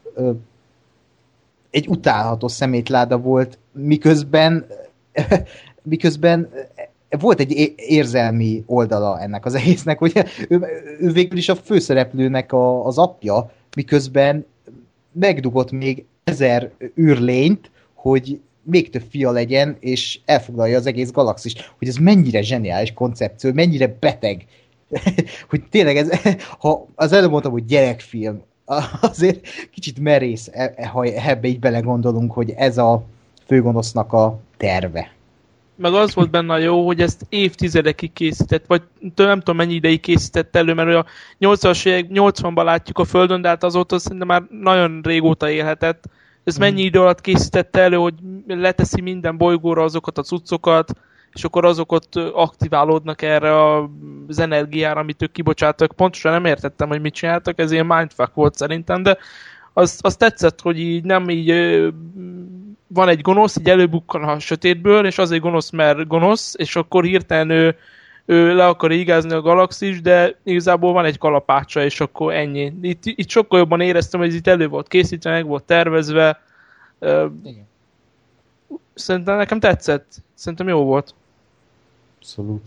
egy utálható szemétláda volt, miközben miközben volt egy érzelmi oldala ennek az egésznek, hogy ő, ő végül is a főszereplőnek a, az apja, miközben megdugott még ezer űrlényt, hogy még több fia legyen, és elfoglalja az egész galaxist. Hogy ez mennyire zseniális koncepció, mennyire beteg. Hogy tényleg ez, ha az előbb mondtam, hogy gyerekfilm, azért kicsit merész, ha ebbe így belegondolunk, hogy ez a főgonosznak a terve. Meg az volt benne jó, hogy ezt évtizedekig készített, vagy nem tudom mennyi ideig készített elő, mert a nyolcvanas évek, nyolcvanban látjuk a Földön, de hát azóta szerintem már nagyon régóta élhetett. Ez hmm. mennyi idő alatt készítette elő, hogy leteszi minden bolygóra azokat a cuccokat, és akkor azok ott aktiválódnak erre az energiára, amit ők kibocsáttak. Pontosan nem értettem, hogy mit csináltak, ez ilyen mindfuck volt szerintem, de az, az tetszett, hogy így nem így van egy gonosz, így előbukkan a sötétből, és azért gonosz, mert gonosz, és akkor hirtelen ő, ő le akar igázni a galaxis, de igazából van egy kalapácsa, és akkor ennyi. Itt, itt sokkal jobban éreztem, hogy ez itt elő volt készítve, meg volt tervezve. Igen. Szerintem nekem tetszett. Szerintem jó volt. Abszolút.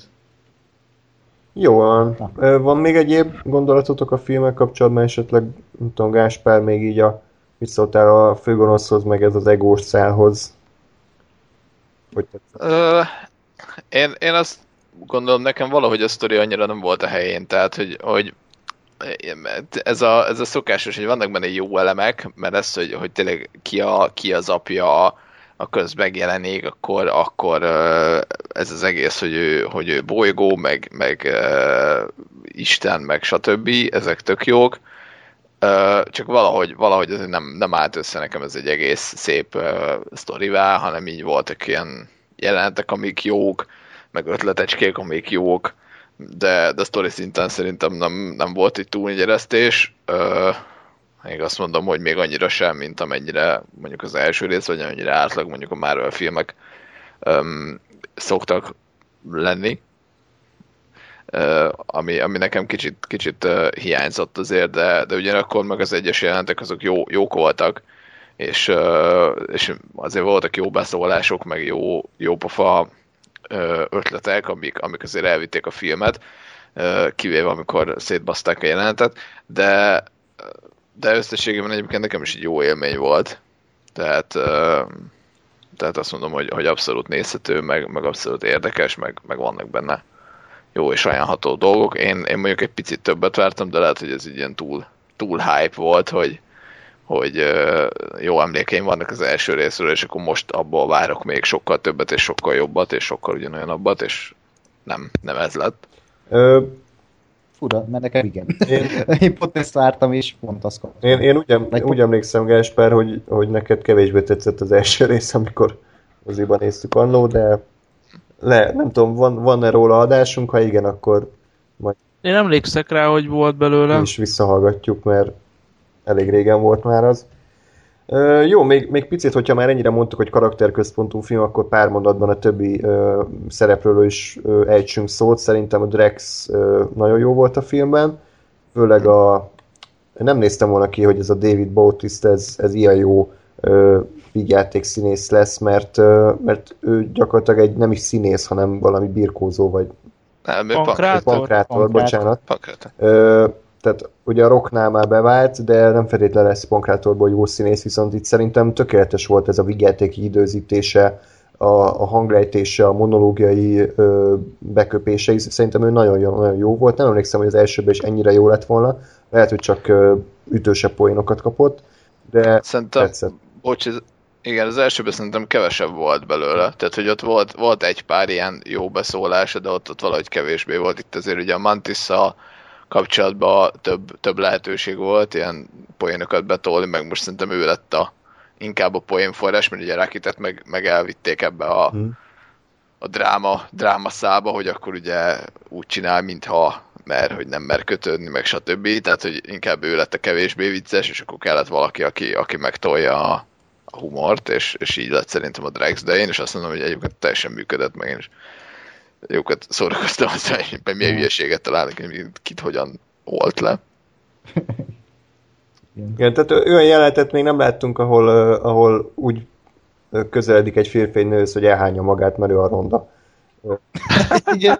Jó, van még egyéb gondolatotok a filmek kapcsolatban, esetleg, nem tudom, Gáspár, még így a visszaadtál a főgonoszhoz, meg ez az egós szálhoz. Hogy uh, én, én azt gondolom, nekem valahogy a sztori annyira nem volt a helyén, tehát, hogy, hogy ez, a, ez a szokásos, hogy vannak benne jó elemek, mert ez, hogy, hogy tényleg ki, a, ki az apja, akkor ez megjelenik, akkor, akkor ez az egész, hogy ő, hogy ő bolygó, meg, meg uh, Isten, meg stb. Ezek tök jók. Uh, csak valahogy, valahogy azért nem, nem állt össze nekem ez egy egész szép uh, sztorivá, hanem így voltak ilyen jelenetek, amik jók, meg ötletecskék, amik jók, de, de sztori szinten szerintem nem, nem volt egy túlnyeresztés. Uh, Még azt mondom, hogy még annyira sem, mint amennyire mondjuk az első rész, vagy annyira átlag mondjuk a Marvel filmek um, szoktak lenni. Uh, ami, ami nekem kicsit, kicsit uh, hiányzott azért, de, de ugyanakkor meg az egyes jelentek azok jó, jók voltak, és, uh, és azért voltak jó beszólások, meg jó, jó pofa uh, ötletek, amik, amik azért elvitték a filmet, uh, kivéve amikor szétbaszták a jelenetet, de de összességében egyébként nekem is egy jó élmény volt. Tehát, uh, tehát azt mondom, hogy, hogy abszolút nézhető, meg, meg abszolút érdekes, meg, meg vannak benne jó és ajánlható dolgok. Én, én mondjuk egy picit többet vártam, de lehet, hogy ez egy ilyen túl, túl hype volt, hogy, hogy uh, jó emlékeim vannak az első részről, és akkor most abból várok még sokkal többet, és sokkal jobbat, és sokkal ugyanolyanabbat, és nem, nem ez lett. Ö... Fura, mert nekem igen. Én, én pont ezt vártam, és pont azt kaptam. Én, én úgy, em, úgy emlékszem, Gáspár, hogy, hogy neked kevésbé tetszett az első rész, amikor moziban néztük annó, de le, nem tudom, van, van-e róla adásunk, ha igen, akkor majd... Én emlékszek rá, hogy volt belőle. És visszahallgatjuk, mert elég régen volt már az. Ö, jó, még, még picit, hogyha már ennyire mondtuk, hogy karakterközpontú film, akkor pár mondatban a többi ö, szereplőről is ö, ejtsünk szót. Szerintem a Drax ö, nagyon jó volt a filmben, főleg a... Nem néztem volna ki, hogy ez a David Bautista, ez, ez ilyen jó ö, vígjáték színész lesz, mert, ö, mert ő gyakorlatilag egy nem is színész, hanem valami birkózó, vagy... Nem, pankrátor. pankrátor. Pankrátor, bocsánat. Pankrátor. Ö, Tehát ugye a Rocknál már bevált, de nem feltétlenül lesz Pankrátorból jó színész, viszont itt szerintem tökéletes volt ez a vigyátéki időzítése, a, a hanglejtése, a monológiai ö, beköpése, szerintem ő nagyon jó, nagyon jó volt. Nem emlékszem, hogy az elsőben is ennyire jó lett volna, lehet, hogy csak ö, ütősebb poénokat kapott. de Szerintem, tetszett. bocs, ez, igen, az elsőben szerintem kevesebb volt belőle. Tehát, hogy ott volt, volt egy pár ilyen jó beszólása, de ott, ott valahogy kevésbé volt. Itt azért ugye a Mantisszal kapcsolatban több, több lehetőség volt, ilyen poénokat betolni, meg most szerintem ő lett a, inkább a poénforrás, mert ugye Rakitet meg, meg elvitték ebbe a, hmm. a dráma, dráma szába, hogy akkor ugye úgy csinál, mintha mer, hogy nem mer kötődni, meg stb. Tehát, hogy inkább ő lett a kevésbé vicces, és akkor kellett valaki, aki, aki megtolja a, a humort, és, és így lett szerintem a Drax, de én is azt mondom, hogy egyébként teljesen működött, meg én is jókat szórakoztam, hogy milyen hülyeséget találnak, hogy kit hogyan holt le. Igen, tehát olyan jelenetet még nem láttunk, ahol, uh, ahol úgy közeledik egy férfi egy nőhöz, hogy elhányja magát, mert ő a ronda. Igen.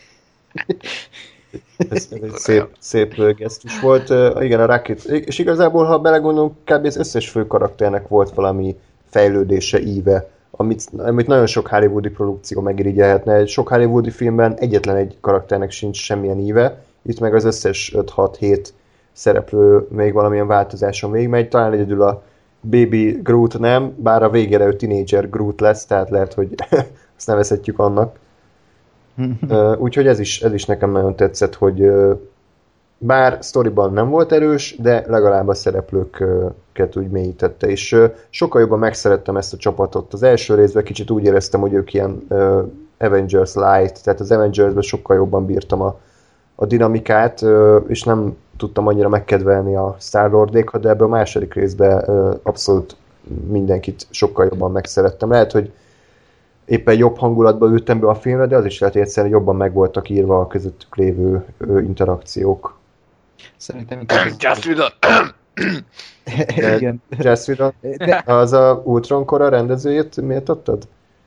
Ez, ez egy szép, szép gesztus volt. Uh, igen, a Rocket. És igazából, ha belegondolunk, kb. Az összes fő karakternek volt valami fejlődése, íve, amit, amit nagyon sok hollywoodi produkció megirigyelhetne. Sok hollywoodi filmben egyetlen egy karakternek sincs semmilyen íve, itt meg az összes öt hat hét szereplő még valamilyen változáson végigmegy. Talán egyedül a Baby Groot nem, bár a végére ő teenager Groot lesz, tehát lehet, hogy azt nevezhetjük annak. uh, úgyhogy ez is, ez is nekem nagyon tetszett, hogy uh, bár sztoriban nem volt erős, de legalább a szereplőket úgy mélyítette, és uh, sokkal jobban megszerettem ezt a csapatot. Az első részben kicsit úgy éreztem, hogy ők ilyen uh, Avengers Light, tehát az Avengersben sokkal jobban bírtam a, a dinamikát, uh, és nem tudtam annyira megkedvelni a Star-Lordékat, de ebben a második részben uh, abszolút mindenkit sokkal jobban megszerettem. Lehet, hogy éppen jobb hangulatban ültem be a filmre, de az is lehet, hogy egyszerűen jobban meg voltak írva a közöttük lévő uh, interakciók. Szerintem Just Whedon! Igen. Just Whedon? De... Az a Ultron kora rendezőjét miért adtad?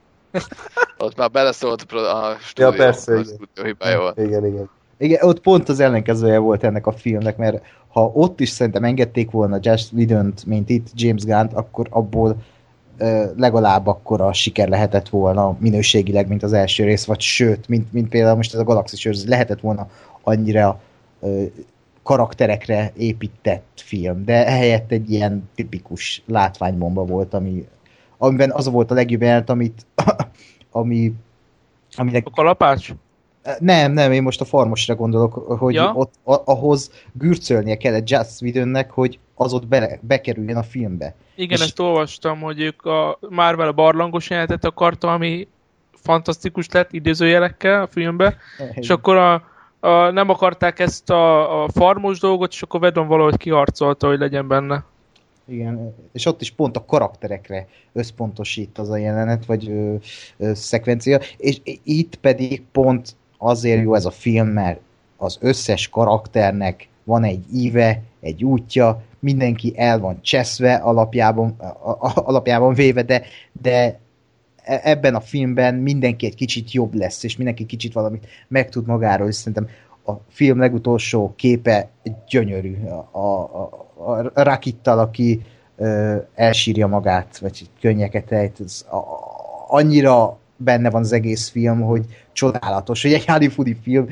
Ott már beleszólt a stúdió. Ja, persze, igen. Hibája volt. Igen, igen. Igen, ott pont az ellenkezője volt ennek a filmnek, mert ha ott is szerintem engedték volna Joss Whedont, mint itt James Gunn-t, akkor abból uh, legalább akkora siker lehetett volna minőségileg, mint az első rész, vagy sőt, mint, mint például most ez a Galaxis őrző, lehetett volna annyira uh, karakterekre épített film, de ehelyett egy ilyen tipikus látványbomba volt, ami, amiben az volt a legjobb jelent, amit ami, aminek... A kalapács? Nem, nem, én most a farmosra gondolok, hogy ja? ott a, ahhoz gürcölnie kellett Joss Whedonnek, hogy az ott be, bekerüljön a filmbe. Igen, és... ezt olvastam, hogy ők a Marvel a barlangos jelenetet akarta, ami fantasztikus lett idézőjelekkel a filmbe, és akkor a, a, nem akarták ezt a, a farmos dolgot, és akkor Whedon valahogy kiharcolta, hogy legyen benne. Igen, és ott is pont a karakterekre összpontosít az a jelenet, vagy ö, ö, szekvencia, és itt pedig pont azért jó ez a film, mert az összes karakternek van egy íve, egy útja, mindenki el van cseszve alapjában, a, a, alapjában véve, de, de ebben a filmben mindenki egy kicsit jobb lesz, és mindenki kicsit valamit megtud magáról, és szerintem a film legutolsó képe gyönyörű. A, a, a Rakittal, aki ö, elsírja magát, vagy könnyeket ejt, ez a, annyira benne van az egész film, hogy csodálatos, hogy egy hollywoodi film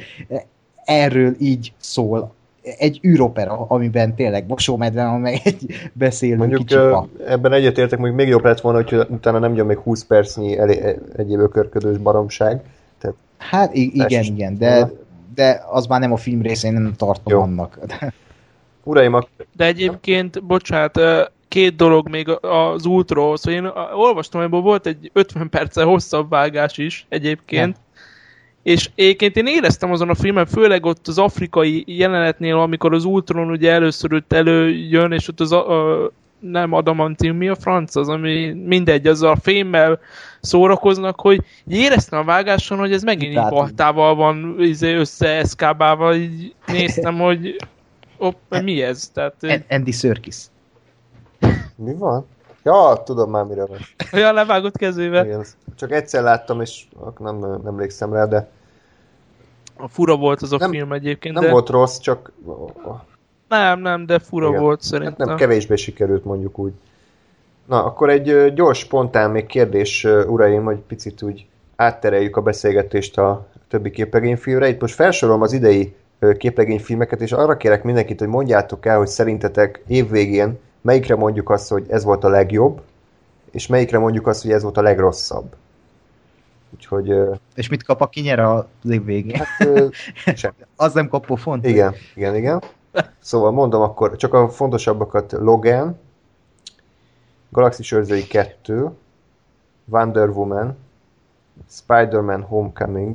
erről így szól. Egy űropera, amiben tényleg mosómedve van, meg egy beszélő mondjuk kicsi pa. Ebben egyetértek, hogy még jobb lett volna, hogy utána nem jön még húsz percnyi elé, egyéb ökörködős baromság. Tehát hát igen, igen, de, de az már nem a film része, én nem tartom jó. Annak. Uraim, ak- De egyébként, bocsánat, két dolog még az Ultróhoz, hogy én olvastam, hogy volt egy ötven perccel hosszabb vágás is egyébként, ja. És egyébként én éreztem azon a filmen, főleg ott az afrikai jelenetnél, amikor az Ultron ugye először ott előjön, és ott az a, a, nem adamantium, mi a franc az, ami mindegy, az a fémmel szórakoznak, hogy éreztem a vágáson, hogy ez megint így baltával van összeeszkábálva, így néztem, hogy op, mi ez? Tehát, Andy Serkis. Mi van? Ja, tudom már miről van. Olyan levágott kezével. Igen, csak egyszer láttam, és nem, nem emlékszem rá, de... A fura volt az a nem, film egyébként, Nem de... volt rossz, csak... Nem, nem, de fura igen. volt szerintem. Hát nem kevésbé sikerült, mondjuk úgy. Na, akkor egy gyors, spontán még kérdés, uraim, hogy picit úgy áttereljük a beszélgetést a többi képregényfilmre. Itt most felsorolom az idei képregényfilmeket, és arra kérek mindenkit, hogy mondjátok el, hogy szerintetek évvégén melyikre mondjuk azt, hogy ez volt a legjobb, és melyikre mondjuk azt, hogy ez volt a legrosszabb. Úgyhogy... És mit kap, aki nyer az év végén? Hát, sem. Az nem kap pofont? Igen, igen, igen. Szóval mondom akkor, csak a fontosabbakat: Logan, Galaxis őrzői kettő, Wonder Woman, Spider-Man Homecoming,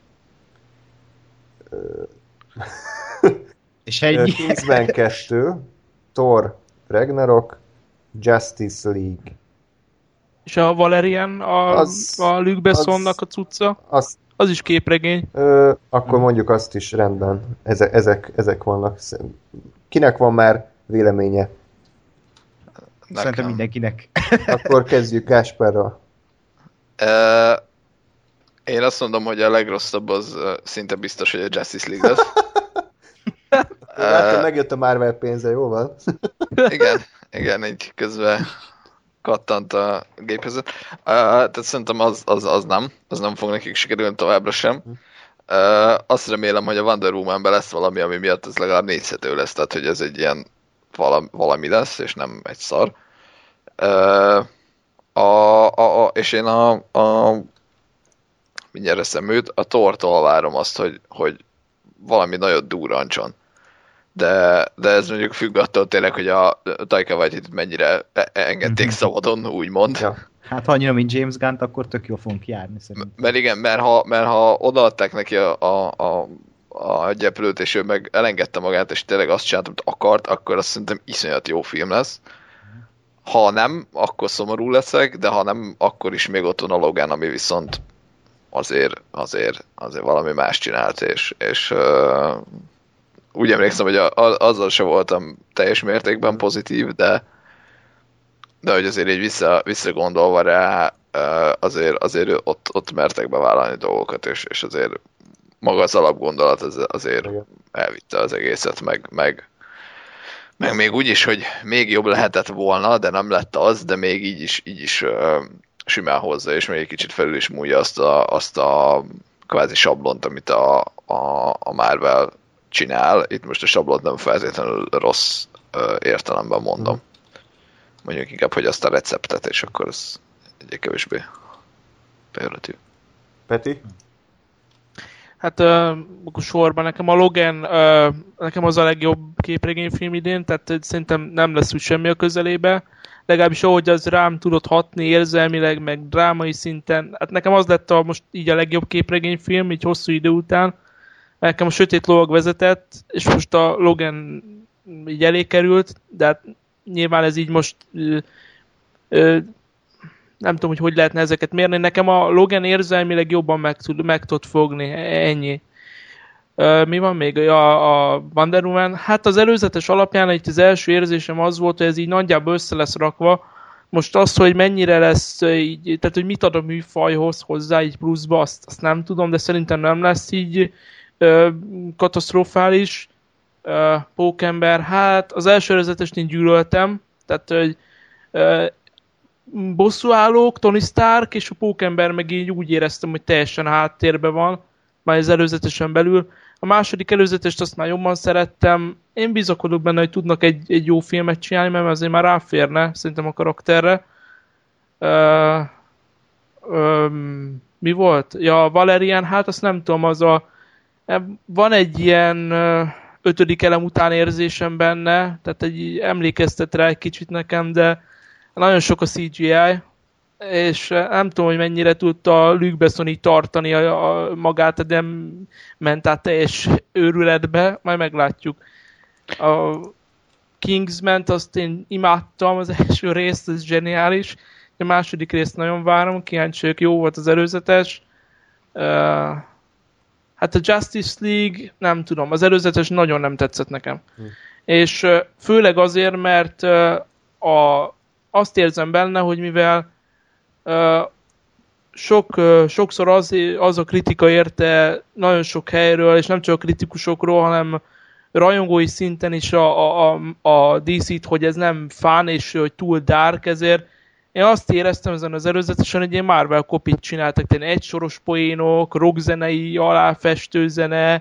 és ennyi. Kingsman kettő, Thor Ragnarok, Justice League. És a Valerian, a, Az- a Luc Bessonnak az- a cucca, Azt, az is képregény. ö, akkor mondjuk azt is, rendben. Ezek, ezek, ezek vannak. Kinek van már véleménye? Szerintem Nekem. mindenkinek. Akkor kezdjük Gásperral. Uh, én azt mondom, hogy a legrosszabb az uh, szinte biztos, hogy a Justice League lesz. Látom, megjött a Marvel pénze, jó van? Igen, igen, így közben kattant a gépezet. Uh, tehát szerintem az, az, az nem, az nem fog nekik sikerülni továbbra sem. Uh, azt remélem, hogy a Wonder Woman-ben lesz valami, ami miatt ez legalább nézhető lesz, tehát hogy ez egy ilyen valami, valami lesz, és nem egy szar. Uh, a, a, a, és én a, a mindjárt eszem őt, a Thortól várom azt, hogy, hogy valami nagyon durrancson. De, de ez mondjuk függ attól tényleg, hogy a Taika Waititi mennyire engedték szabadon, úgymond. Ja. Hát ha annyira, mint James Gunn, akkor tök jól fogunk járni szerintem. Mert igen, mert ha, mert ha odaadták neki a, a, a, a gyeplőt, és ő meg elengedte magát, és tényleg azt csinált, amit akart, akkor azt szerintem iszonyat jó film lesz. Ha nem, akkor szomorú leszek, de ha nem, akkor is még ott van a Logan, ami viszont azért, azért, azért valami más csinált, és, és uh, úgy emlékszem, hogy a, a, azzal sem voltam teljes mértékben pozitív, de de hogy azért így vissza, visszagondolva rá, azért, azért ott, ott mertek bevállalni dolgokat, és, és azért maga az alapgondolat az, azért elvitte az egészet, meg, meg, meg még úgy is, hogy még jobb lehetett volna, de nem lett az, de még így is, így is uh, simán hozza, és még egy kicsit felül is múlja azt a, azt a kvázi sablont, amit a, a, a Marvel csinál. Itt most a sablont nem feltétlenül rossz uh, értelemben mondom. Mondjuk inkább, hogy azt a receptet, és akkor ez egyre kevésbé pejoratív. Peti? Hát uh, akkor sorban nekem a Logan, uh, nekem az a legjobb képregényfilm idén, tehát szerintem nem lesz úgy semmi a közelébe. Legalábbis ahogy az rám tudott hatni érzelmileg, meg drámai szinten. Hát nekem az lett a, most így a legjobb képregényfilm, így hosszú idő után. Nekem a Sötét Lovag vezetett, és most a Logan így elé került, de hát nyilván ez így most ö, ö, nem tudom, hogy hogy lehetne ezeket mérni. Nekem a Logan érzelmileg jobban meg, tud, meg tud fogni, ennyi. Ö, mi van még? A, a Wonder Woman, hát az előzetes alapján itt az első érzésem az volt, hogy ez így nagyjából össze lesz rakva. Most az, hogy mennyire lesz, így, tehát hogy mit ad a műfajhoz hozzá így pluszba, azt, azt nem tudom, de szerintem nem lesz így ö, katasztrofális. Uh, Pókember, hát az első előzetest én gyűlöltem, tehát hogy uh, bosszúállók, Tony Stark és a Pókember meg így úgy éreztem, hogy teljesen háttérben van, már az előzetesen belül. A második előzetest azt már jobban szerettem, én bizakodok benne, hogy tudnak egy, egy jó filmet csinálni, mert azért már ráférne szerintem a karakterre. Uh, um, mi volt? Ja, Valerian, hát azt nem tudom, az a van egy ilyen uh, ötödik elem után érzésem benne, tehát egy, emlékeztet rá egy kicsit nekem, de nagyon sok a cé gé í, és nem tudom, hogy mennyire tudta Luc Besson így tartani a, a magát, de nem ment át teljes őrületbe, majd meglátjuk. A Kingsman-t azt én imádtam, az első részt, ez zseniális, a második részt nagyon várom, kíváncsi vagyok, jó volt az előzetes. Uh, Hát a Justice League, nem tudom, az előzetes nagyon nem tetszett nekem. Hm. És uh, főleg azért, mert uh, a, azt érzem benne, hogy mivel uh, sok, uh, sokszor az, az a kritika érte nagyon sok helyről, és nem csak a kritikusokról, hanem rajongói szinten is a, a, a dé cét, hogy ez nem fán, és hogy túl dark, ezért én azt éreztem ezen az előzetesen, hogy ilyen Marvel kopit csináltak, tehát egy soros poénok, rockzenei, aláfestő zene,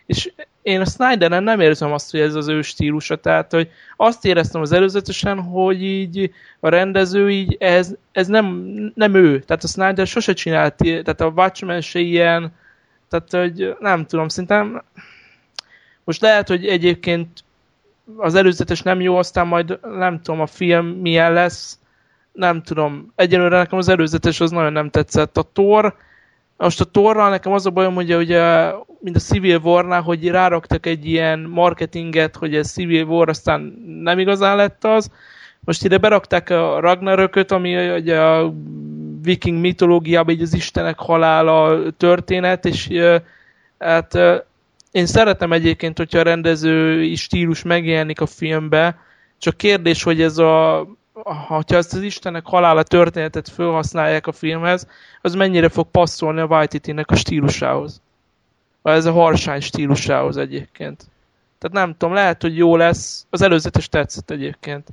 És én a Snyderen nem érzem azt, hogy ez az ő stílusa, tehát hogy azt éreztem az előzetesen, hogy így a rendező így, ez, ez nem, nem ő, tehát a Snyder sose csinált, tehát a Watchmen se ilyen, tehát hogy nem tudom, szerintem most lehet, hogy egyébként az előzetes nem jó, aztán majd nem tudom, a film milyen lesz, nem tudom, egyelőre nekem az előzetes az nagyon nem tetszett. A Thor, most a Thorral nekem az a bajom, hogy ugye, mint a Civil War-nál, hogy ráraktak egy ilyen marketinget, hogy ez Civil War, aztán nem igazán lett az. Most ide berakták a Ragnarököt, ami ugye a viking mitológiában így az istenek halála történet, és hát én szeretem egyébként, hogyha a rendezői stílus megjelenik a filmbe, csak kérdés, hogy ez a ha ezt az istenek halála történetet felhasználják a filmhez, az mennyire fog passzolni a Waititi-nek a stílusához. Vagy ez a harsány stílusához egyébként. Tehát nem tudom, lehet, hogy jó lesz. Az előzetes tetszett egyébként.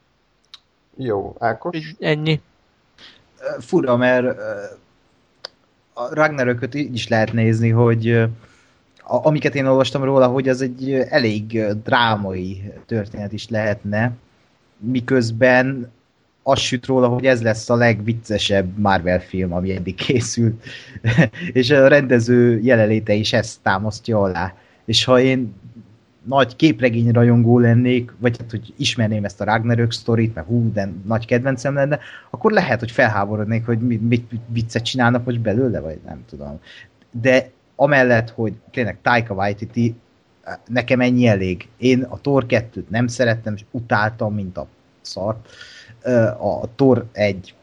Jó, Ákos? Így ennyi. Fura, mert a Ragnarököt így is lehet nézni, hogy amiket én olvastam róla, hogy az egy elég drámai történet is lehetne, miközben azt süt róla, hogy ez lesz a legviccesebb Marvel film, ami eddig készült. És a rendező jelenléte is ezt támasztja alá. És ha én nagy képregényrajongó lennék, vagy hát, hogy ismerném ezt a Ragnarök sztorit, mert hú, de nagy kedvencem lenne, akkor lehet, hogy felháborodnék, hogy mit, mit viccet csinálnak most belőle, vagy nem tudom. De amellett, hogy tényleg Taika Waititi, nekem ennyi elég. Én a Thor kettőt nem szerettem, és utáltam, mint a szart. A Thor egy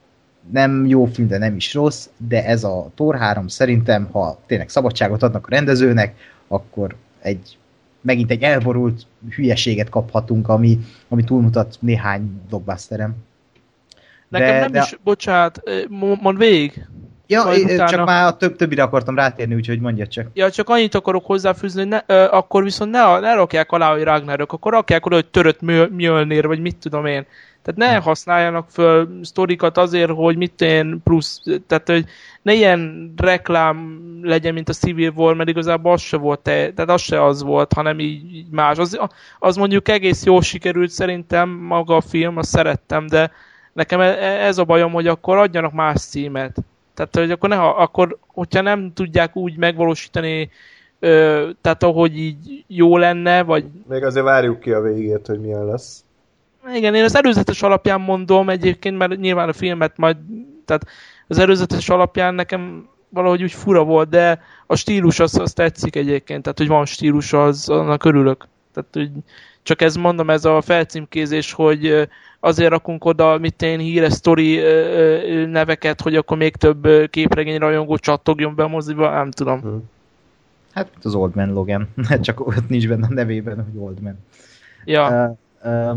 nem jó film, de nem is rossz, de ez a Thor három szerintem, ha tényleg szabadságot adnak a rendezőnek, akkor egy, megint egy elborult hülyeséget kaphatunk, ami, ami túlmutat néhány blockbusterem. Nekem de, nem de... is, bocsánat, mondd végig. Ja, utána... csak már a több, többire akartam rátérni, úgyhogy mondjad csak. Ja, csak annyit akarok hozzáfűzni, hogy ne, ö, akkor viszont ne, ne rakják alá, hogy Ragnarök, akkor rakják oda, hogy törött Mjölnir, vagy mit tudom én. Tehát ne használjanak föl sztorikat azért, hogy mit én plusz, tehát hogy ne ilyen reklám legyen, mint a Civil War, mert igazából az se volt, tehát az se az volt, hanem így, így más. Az, az mondjuk egész jól sikerült szerintem, maga a film, azt szerettem, de nekem ez a bajom, hogy akkor adjanak más címet. Tehát, hogy akkor, ne, akkor, hogyha nem tudják úgy megvalósítani, ö, tehát ahogy így jó lenne, vagy... Még azért várjuk ki a végét, hogy milyen lesz. Igen, én az előzetes alapján mondom egyébként, mert nyilván a filmet majd, tehát az előzetes alapján nekem valahogy úgy fura volt, de a stílus az, az tetszik egyébként, tehát hogy van stílus, az, annak örülök. Tehát, hogy csak ez mondom, ez a felcímkézés, hogy azért rakunk oda, mit én híres sztori neveket, hogy akkor még több képregény rajongó csattogjon be a moziba, nem tudom. Hmm. Hát az Old Man Logan, csak ott nincs benne a nevében, hogy Old Man. Ja. Uh, uh,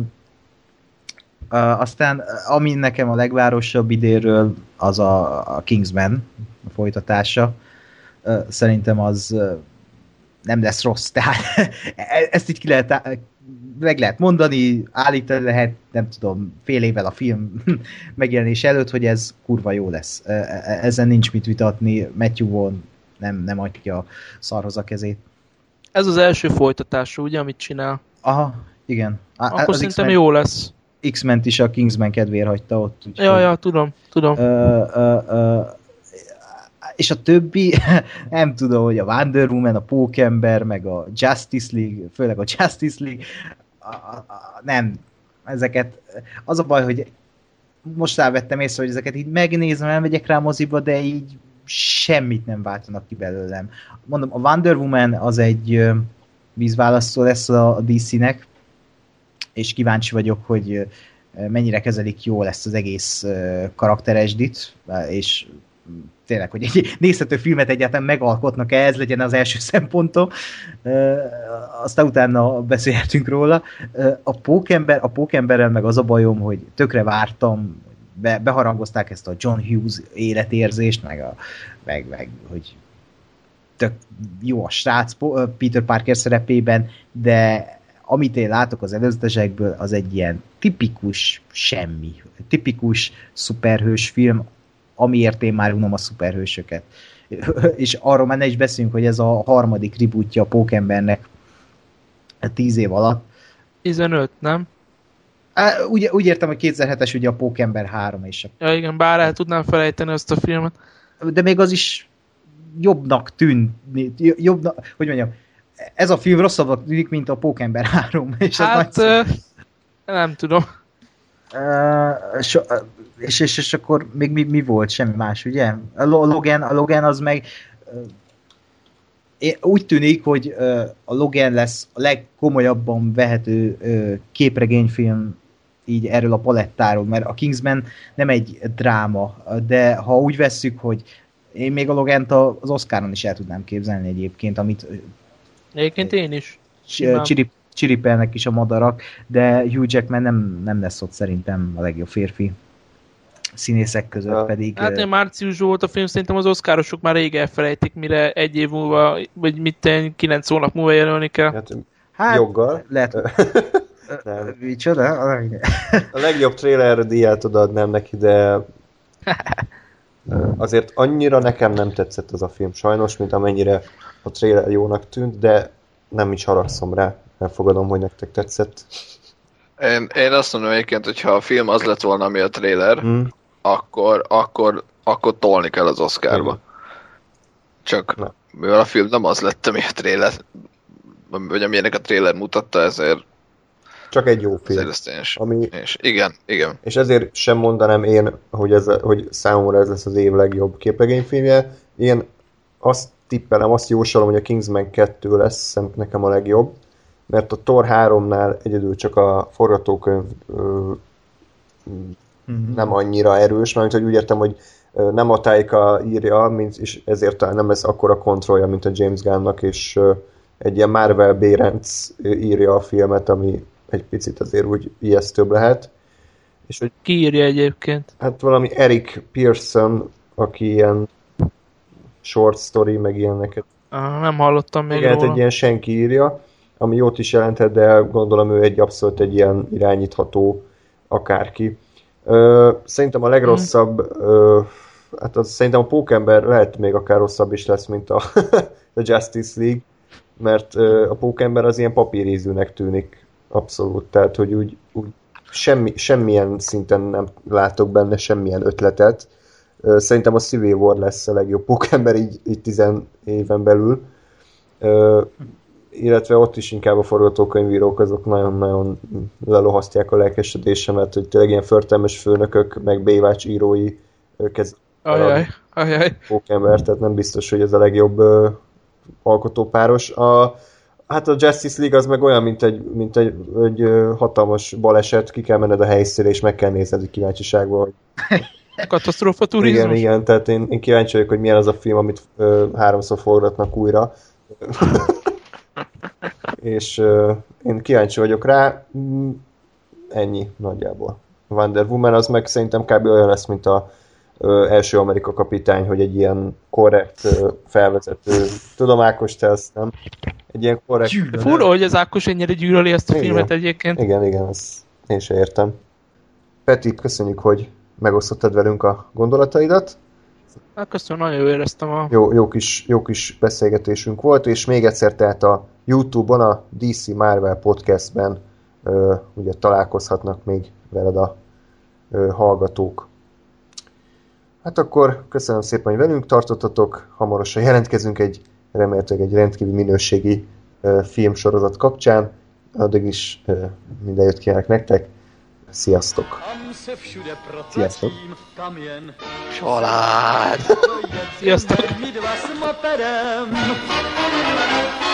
uh, aztán, ami nekem a legvárosabb idéről, az a, a Kingsman a folytatása. Uh, szerintem az uh, nem lesz rossz, tehát ezt így ki lehet, meg lehet mondani, állítani lehet, nem tudom, fél évvel a film megjelenés előtt, hogy ez kurva jó lesz. Ezen nincs mit vitatni, Matthew Vaughn nem, nem adja szarhoz a kezét. Ez az első folytatású, ugye, amit csinál? Aha, igen. Akkor az szerintem jó lesz. X-ment is a Kingsman kedvéért hagyta ott. Úgyhogy... Ja, ja, tudom, tudom. Uh, uh, uh, és a többi, nem tudom, hogy a Wonder Woman, a Pókember, meg a Justice League, főleg a Justice League, a, a, a, nem, ezeket, az a baj, hogy most rávettem észre, hogy ezeket így megnézem, elmegyek rá a moziba, de így semmit nem váltanak ki belőlem. Mondom, a Wonder Woman az egy vízválasztó lesz a dé cé-nek, és kíváncsi vagyok, hogy mennyire kezelik jól ezt az egész karakteresdit, és tényleg, hogy egy nézhető filmet egyáltalán megalkotnak-e, ez legyen az első szempontom. Uh, aztán utána beszélhetünk róla. Uh, a Pókember, a Pókemberrel meg az a bajom, hogy tökre vártam, be, beharangozták ezt a John Hughes életérzést, meg, a, meg, meg hogy tök jó a srác Peter Parker szerepében, de amit én látok az előzetesekből, az egy ilyen tipikus semmi, tipikus szuperhős film, amiért én már unom a szuperhősöket. és arról már ne is beszéljünk, hogy ez a harmadik rebootja a Pókembernek tíz év alatt. tizenöt, nem? Á, úgy, úgy értem, hogy kétezer-hetes ugye a Pókember három és a... Ja igen, bár el tudnám felejteni azt a filmet. De még az is jobbnak tűnt, jobbnak, hogy mondjam, ez a film rosszabbnak tűnik, mint a Pókember három. És hát, ö, nem tudom. Uh, so, uh, és, és, és akkor még mi, mi volt? Semmi más, ugye? A Logan, a Logan az meg uh, úgy tűnik, hogy uh, a Logan lesz a legkomolyabban vehető uh, képregényfilm így erről a palettáról, mert a Kingsman nem egy dráma, de ha úgy vesszük, hogy én még a Logant az Oscaron is el tudnám képzelni egyébként, amit egyébként én is. Csirip, csiripelnek is a madarak, de Hugh Jackman nem, nem lesz ott szerintem a legjobb férfi színészek között, ja. pedig... Hát én március volt a film, szerintem az oszkárosok már rég elfelejtik, mire egy év múlva, vagy mit kilenc hónap múlva jelölni kell. Hát, hát joggal. Lehet... Micsoda? A legjobb trailer díját odaadnám neki, de azért annyira nekem nem tetszett az a film sajnos, mint amennyire a trailer jónak tűnt, de nem is haragszom rá. Elfogadom, hogy nektek tetszett. Én, én azt mondom egyébként, hogy ha a film az lett volna, ami a trailer, hmm. akkor, akkor, akkor tolni kell az Oscarba. Hmm. Csak Na. mivel a film nem az lett, ami a trailer, vagy amilyenek a trailer mutatta, ezért csak egy jó film. Ami, és igen, igen. És ezért sem mondanám én, hogy, ez, hogy számomra ez lesz az év legjobb képregényfilmje. Én azt tippelem, azt jósolom, hogy a Kingsman kettő lesz nekem a legjobb, mert a Thor háromnál egyedül csak a forgatókönyv ö, mm-hmm. nem annyira erős, mert hogy úgy értem, hogy nem a Taika írja, mint, és ezért nem lesz akkora kontrollja, mint a James Gunnnak, és ö, egy ilyen Marvel Bérenc írja a filmet, ami egy picit azért úgy ijesztőbb lehet. És hogy, ki írja egyébként? Hát valami Eric Pearson, aki ilyen short story, meg ilyeneket. Ah, nem hallottam még igen, róla. Egy ilyen senki írja, ami jót is jelenthet, de gondolom ő egy abszolút egy ilyen irányítható akárki. Ö, szerintem a legrosszabb, hmm. ö, hát az, szerintem a Pókember lehet még akár rosszabb is lesz, mint a, a Justice League, mert ö, a Pókember az ilyen papírízűnek tűnik abszolút, tehát hogy úgy, úgy semmi, semmilyen szinten nem látok benne semmilyen ötletet. Ö, szerintem a Civil War lesz a legjobb Pókember így, így tizen éven belül. Ö, illetve ott is inkább a forgatókönyvírók azok nagyon-nagyon lelohasztják a lelkesedésemet, hogy tényleg ilyen förtelmes főnökök, meg Baywatch írói kezdik a Pókember, tehát nem biztos, hogy ez a legjobb uh, alkotópáros. A, hát a Justice League az meg olyan, mint egy, mint egy, egy uh, hatalmas baleset, ki kell menned a helyszínre, és meg kell nézned egy kíváncsiságból. Hogy... Katasztrófa turizmus. Igen, igen, tehát én, én kíváncsi vagyok, hogy milyen az a film, amit uh, háromszor forgatnak újra. És uh, én kíváncsi vagyok rá. Mm, ennyi nagyjából. Wonder Woman az meg szerintem kb. Olyan lesz, mint a uh, első Amerika kapitány, hogy egy ilyen korrekt uh, felvezető. Tudom, Ákos, te azt nem? Egy ilyen korrekt... Fura, hogy az Ákos ennyire gyűlöli ezt a igen. filmet egyébként. Igen, igen, ezt én sem értem. Peti, köszönjük, hogy megosztottad velünk a gondolataidat. Hát köszönöm, nagyon éreztem a... Jó, jó, kis, jó kis beszélgetésünk volt, és még egyszer tehát a YouTube-on, a dé cé Marvel Podcastben ö, ugye találkozhatnak még veled a ö, hallgatók. Hát akkor köszönöm szépen, hogy velünk tartottatok, hamarosan jelentkezünk egy remélhetőleg egy rendkívül minőségi ö, filmsorozat kapcsán. Addig is ö, minden jót kívánok nektek. Sziasztok! Sziasztok! Család! Sziasztok!